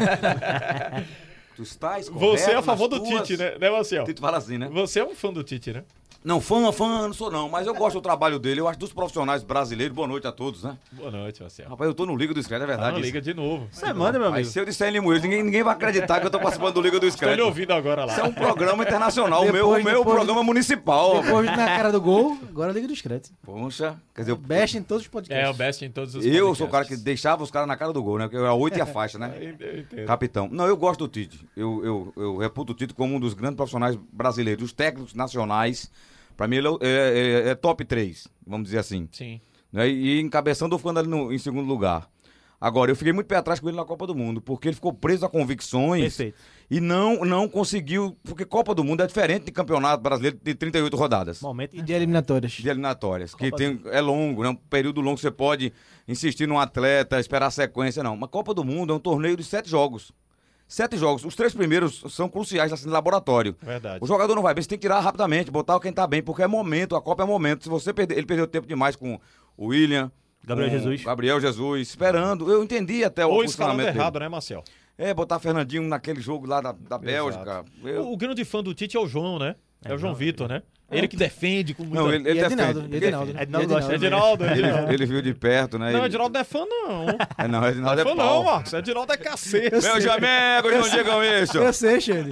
Tu estás correto Você é a favor do nas tuas- Tite, né, né Marcel? Tite fala assim, né? Você é um fã do Tite, né? Não, fã, fã, não sou não, mas eu gosto do trabalho dele, eu acho dos profissionais brasileiros. Boa noite a todos, né? Boa noite, Marcel. Rapaz, eu tô no Liga do Discreto, é Tá verdade. na isso. liga de novo. Você manda, meu Mas amigo. se eu disser em Limoeiro, ninguém, ninguém vai acreditar que eu tô participando do Liga do Estou lhe Discreto. ouvindo agora lá. Isso é um programa internacional, o meu, Depois- o meu depois- programa municipal. Depois na cara do gol, agora liga do discreto. Poxa, quer dizer, eu, Best em todos os podcasts. É, o Best em todos os eu sou o cara que podcasts. deixava os caras na cara do gol, né? Porque eu era oito e a faixa, né? Eu- eu entendo. Capitão. Não, eu gosto do Tite. Eu, eu, eu reputo o Tite como um dos grandes profissionais brasileiros. Os técnicos nacionais, pra mim, ele é, é- é- é top três, vamos dizer assim. Sim. Né? E encabeçando ou ficando ali no- em segundo lugar. Agora, eu fiquei muito pé atrás com ele na Copa do Mundo, porque ele ficou preso a convicções Perfeito. e não, não conseguiu, porque Copa do Mundo é diferente de campeonato brasileiro de trinta e oito rodadas. Momento E de eliminatórias. De eliminatórias, que tem, é longo, né? Um período longo, você pode insistir num atleta, esperar a sequência, não. Mas Copa do Mundo é um torneio de sete jogos. Sete jogos. Os três primeiros são cruciais, assim, no laboratório. Verdade. O jogador não vai bem, você tem que tirar rapidamente, botar quem tá bem, porque é momento, a Copa é momento. Se você perder, ele perdeu tempo demais com o William, Gabriel com Jesus. Gabriel Jesus, esperando. Eu entendi até o Ou escalando funcionamento errado, dele. né, Marcel? É, botar Fernandinho naquele jogo lá da, da Bélgica. Eu- O, o grande fã do Tite é o João, né? É, o João Vitor, né? Ele que defende com muita... Não, ele, ele E defende. Edinaldo, e Ele- Edinaldo. Edinaldo gosta Edinaldo, Ele, Edinaldo. ele viu de perto, né? Não, Ele- Edinaldo não é fã, não. É, não, Edinaldo é Fã pau. não, Marcos. Edinaldo é cacete. Meus amigos, não digam isso. Eu sei, Xande.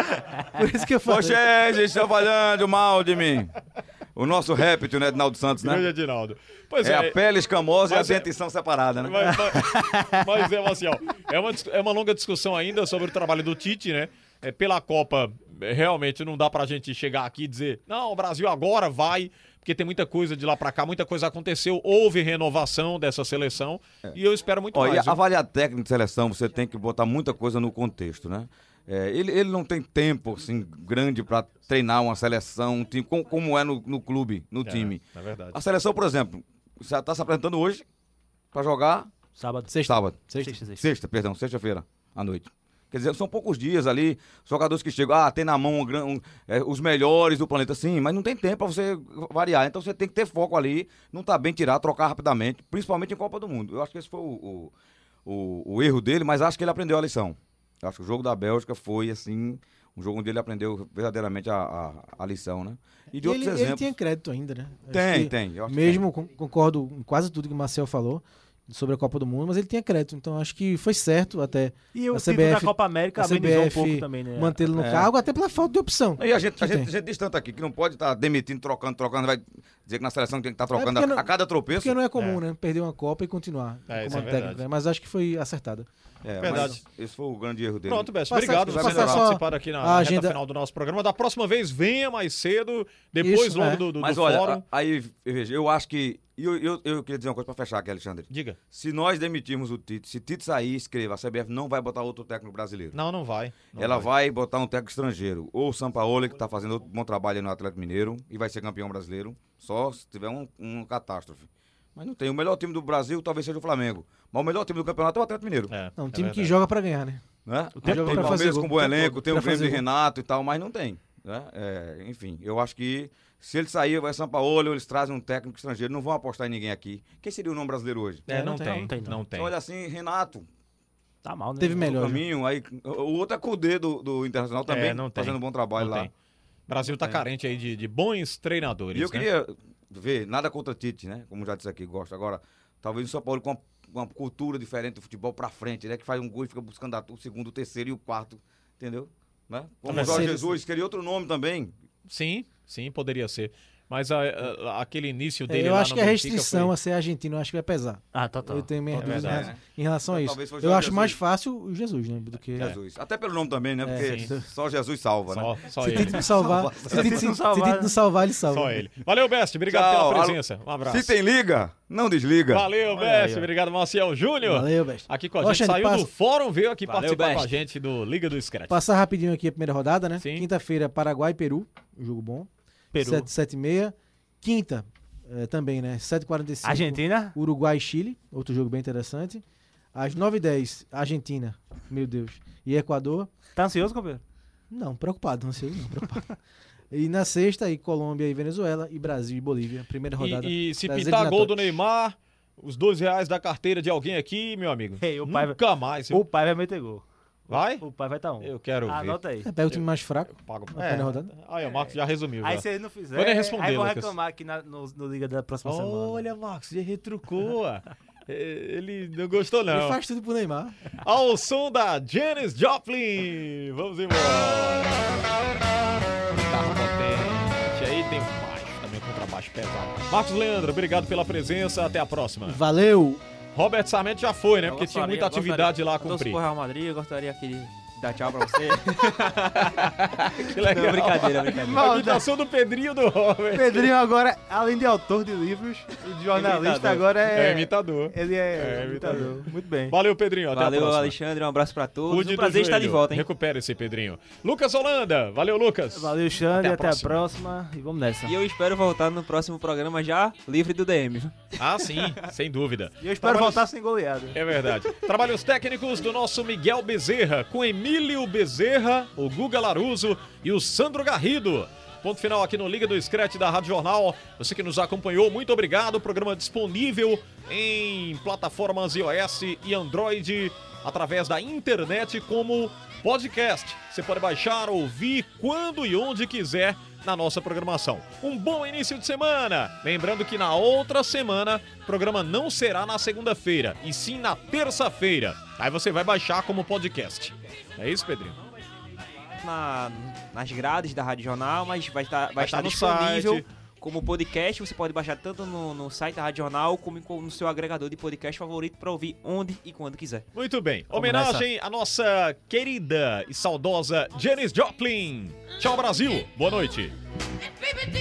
Por isso que eu falei. Vocês estão falando mal de mim. O nosso réptil, né, Edinaldo Santos, Grande né? Edinaldo. Pois É é. a pele escamosa e a mas é- dentição separada, né? Mas, mas, mas é, Marcel, é uma, dis- é uma longa discussão ainda sobre o trabalho do Tite, né? É, pela Copa, é, realmente não dá pra gente chegar aqui e dizer, não, o Brasil agora vai, porque tem muita coisa de lá pra cá, muita coisa aconteceu, houve renovação dessa seleção e eu espero muito Ó, e mais. viu? avaliar técnico de seleção, você tem que botar muita coisa no contexto, né? É, ele, ele não tem tempo, assim, grande pra treinar uma seleção, um time, como, como é no, no clube, no time. É verdade. A seleção, por exemplo, já tá se apresentando hoje pra jogar Sábado. Sexta. sábado. Sexta. Sexta, sexta. Sexta, perdão, sexta-feira à noite. Quer dizer, são poucos dias ali, jogadores que chegam, ah, tem na mão um gran- um, é, os melhores do planeta, sim, mas não tem tempo pra você variar. Então você tem que ter foco ali, não tá bem tirar, trocar rapidamente, principalmente em Copa do Mundo. Eu acho que esse foi o, o, o, o erro dele, mas acho que ele aprendeu a lição. Eu acho que o jogo da Bélgica foi, assim, um jogo onde ele aprendeu verdadeiramente a, a, a lição, né? E de E outros ele, ele exemplos. tinha crédito ainda, né? Acho Tem, que tem. eu acho que Mesmo con- concordo em quase tudo que o Marcel falou sobre a Copa do Mundo, mas ele tinha crédito. Então acho que foi certo até E o a título C B da F, Copa América a amenizou um C B F pouco também, né? mantê-lo no É. cargo, até pela falta de opção. tem. E a gente, a Que gente, tem. a gente diz tanto aqui que não pode estar demitindo, trocando, trocando, vai dizer que na seleção tem que estar trocando porque a, não- a cada tropeço. Porque não é comum, né? Perder uma Copa e continuar É, como isso é técnico, verdade. né? Mas acho que foi acertada. É, Verdade. mas esse foi o grande erro dele. Pronto, Bess, Passar- obrigado por passar ter só participado aqui na, a na agenda- reta final do nosso programa. Da próxima vez, venha mais cedo, depois Isso, logo é. do, do, Mas do olha, fórum. a- aí, veja, eu acho que. e Eu, eu, eu queria dizer uma coisa pra fechar aqui, Alexandre. Diga. Se nós demitirmos o Tite, se Tite sair, escreva, a C B F não vai botar outro técnico brasileiro. Não, não vai. Não Ela vai. botar um técnico estrangeiro. Ou o Sampaoli, que tá fazendo outro bom trabalho aí no Atlético Mineiro e vai ser campeão brasileiro. Só se tiver um, um catástrofe. Mas não tem. O melhor time do Brasil talvez seja o Flamengo. Mas o melhor time do campeonato é o Atlético Mineiro. É, É um é time que verdade. joga pra ganhar, né? Né? O tempo Tem todo pra fazer Palmeiras gol, com o bom tempo elenco, todo tem o pra Grêmio de fazer gol. Renato e tal, mas não tem. Né? É, enfim, eu acho que se ele sair, vai São Paulo, eles trazem um técnico estrangeiro, não vão apostar em ninguém aqui. Quem seria o nome brasileiro hoje? É, não, Não tem, tem, não tem, não tem. Então, olha assim, Renato, Tá mal, né? Teve o melhor. já. caminho, aí, o outro é Cudê do, do Internacional também, É, não tem. fazendo um bom trabalho Não lá. tem. O Brasil tá tem. carente aí de, de bons treinadores. E eu né? queria ver, nada contra Tite, né? Como já disse aqui, gosto. Agora, talvez o São Paulo com uma, uma cultura diferente do futebol pra frente, né? Que faz um gol e fica buscando a- o segundo, o terceiro e o quarto, entendeu? Né? Como Tá o Jorge certo. Jesus, queria outro nome também. Sim, sim, poderia ser. Mas a- a- aquele início É, dele eu lá acho no que a Benfica restrição foi- a ser argentino, eu acho que vai pesar. Ah, total. Eu tenho minhas É dúvidas em verdade, relação- em relação a Então, isso. talvez foi Eu Jorge acho mais Jesus. fácil o Jesus, né? Do que... Jesus. Até pelo nome também, né? Porque sim. só Jesus salva, né? Só, só Se ele. Tite não salvar, se Tite não se salvar, Tite não salvar, ele salva. Só ele. Valeu, Best. Obrigado Tchau, pela alô. presença. Um abraço. Se tem liga, não desliga. Valeu, Olha aí, Best. ó. Obrigado, Marcial Júnior. Valeu, Best. Aqui com a Ó, gente. Xande, Saiu passa- do fórum, veio aqui Valeu, participar com a Best. gente do Liga do Scratch. Passar rapidinho aqui a primeira rodada, né? Sim. Quinta-feira, Paraguai e Peru. Um jogo bom. Peru. sete, sete e meia. Quinta, eh, também, né? sete e quarenta e cinco. Argentina? Uruguai e Chile. Outro jogo bem interessante. Às nove e dez, Argentina. Meu Deus. E Equador. Tá ansioso, companheiro? Não, preocupado. Não sei, não. Preocupado. E na sexta, aí, Colômbia e Venezuela. E Brasil e Bolívia. Primeira rodada. E, e se das pintar gol do eliminatórias. Neymar, os dois reais da carteira de alguém aqui, meu amigo. Ei, o pai Nunca mais. viu? O pai vai meter gol. Vai? O pai vai estar um. Eu quero ver. Anota aí. É, pega o time mais fraco. Pago. Na primeira rodada. Aí, o Marcos já resumiu. Aí já. se ele não fizer, Vou nem responder, aí vou Lucas. reclamar aqui na- no, no Liga da próxima semana. Olha, Marcos, já retrucou. ó. É, Ele não gostou, Ele não. faz tudo pro Neymar. Ao som da Janis Joplin. Vamos embora. Guitarra potente. Aí tem um baixo também, contrabaixo pesado. Marcos Leandro, obrigado pela presença. Até a próxima. Valeu! Robert Sarmento já foi, né? Eu Porque tinha gostaria- muita atividade lá a eu torço cumprir. pro Real Madrid, eu gostaria aqui de dar tchau pra você. Que legal. Não, brincadeira, brincadeira. A imitação do Pedrinho do Robert. Pedrinho agora, além de autor de livros e de jornalista, Imitador. agora é... É imitador. Ele é, É, imitador. imitador. Muito bem. Valeu, Pedrinho. Até a Valeu, próxima. Alexandre. Um abraço pra todos. Cuide um do prazer estar de joelho. volta, hein? Recupere esse Pedrinho. Lucas Holanda. Valeu, Lucas. Valeu, Xande. Até Até, a a próxima. E vamos nessa. E eu espero voltar no próximo programa já livre do D M. viu? Ah, sim. Sem dúvida. E eu espero Trabalhos- voltar sem goleada. É verdade. Trabalhos técnicos do nosso Miguel Bezerra, com Emílio Bezerra, o Guga Laruso e o Sandro Garrido. Ponto final aqui no Liga do Scratch da Rádio Jornal. Você que nos acompanhou, muito obrigado. O programa disponível em plataformas iOS e Android através da internet como podcast. Você pode baixar, ouvir quando e onde quiser na nossa programação. Um bom início de semana. Lembrando que na outra semana o programa não será na segunda-feira, e sim na terça-feira. Aí você vai baixar como podcast. É isso, Pedrinho? Na, nas grades da Rádio Jornal, mas vai estar, vai Vai estar estar no disponível site. como podcast. Você pode baixar tanto no, no site da Rádio Jornal como no seu agregador de podcast favorito para ouvir onde e quando quiser. Muito bem. Homenagem à nossa querida e saudosa Janis Joplin. Tchau, Brasil. Boa noite. Baby,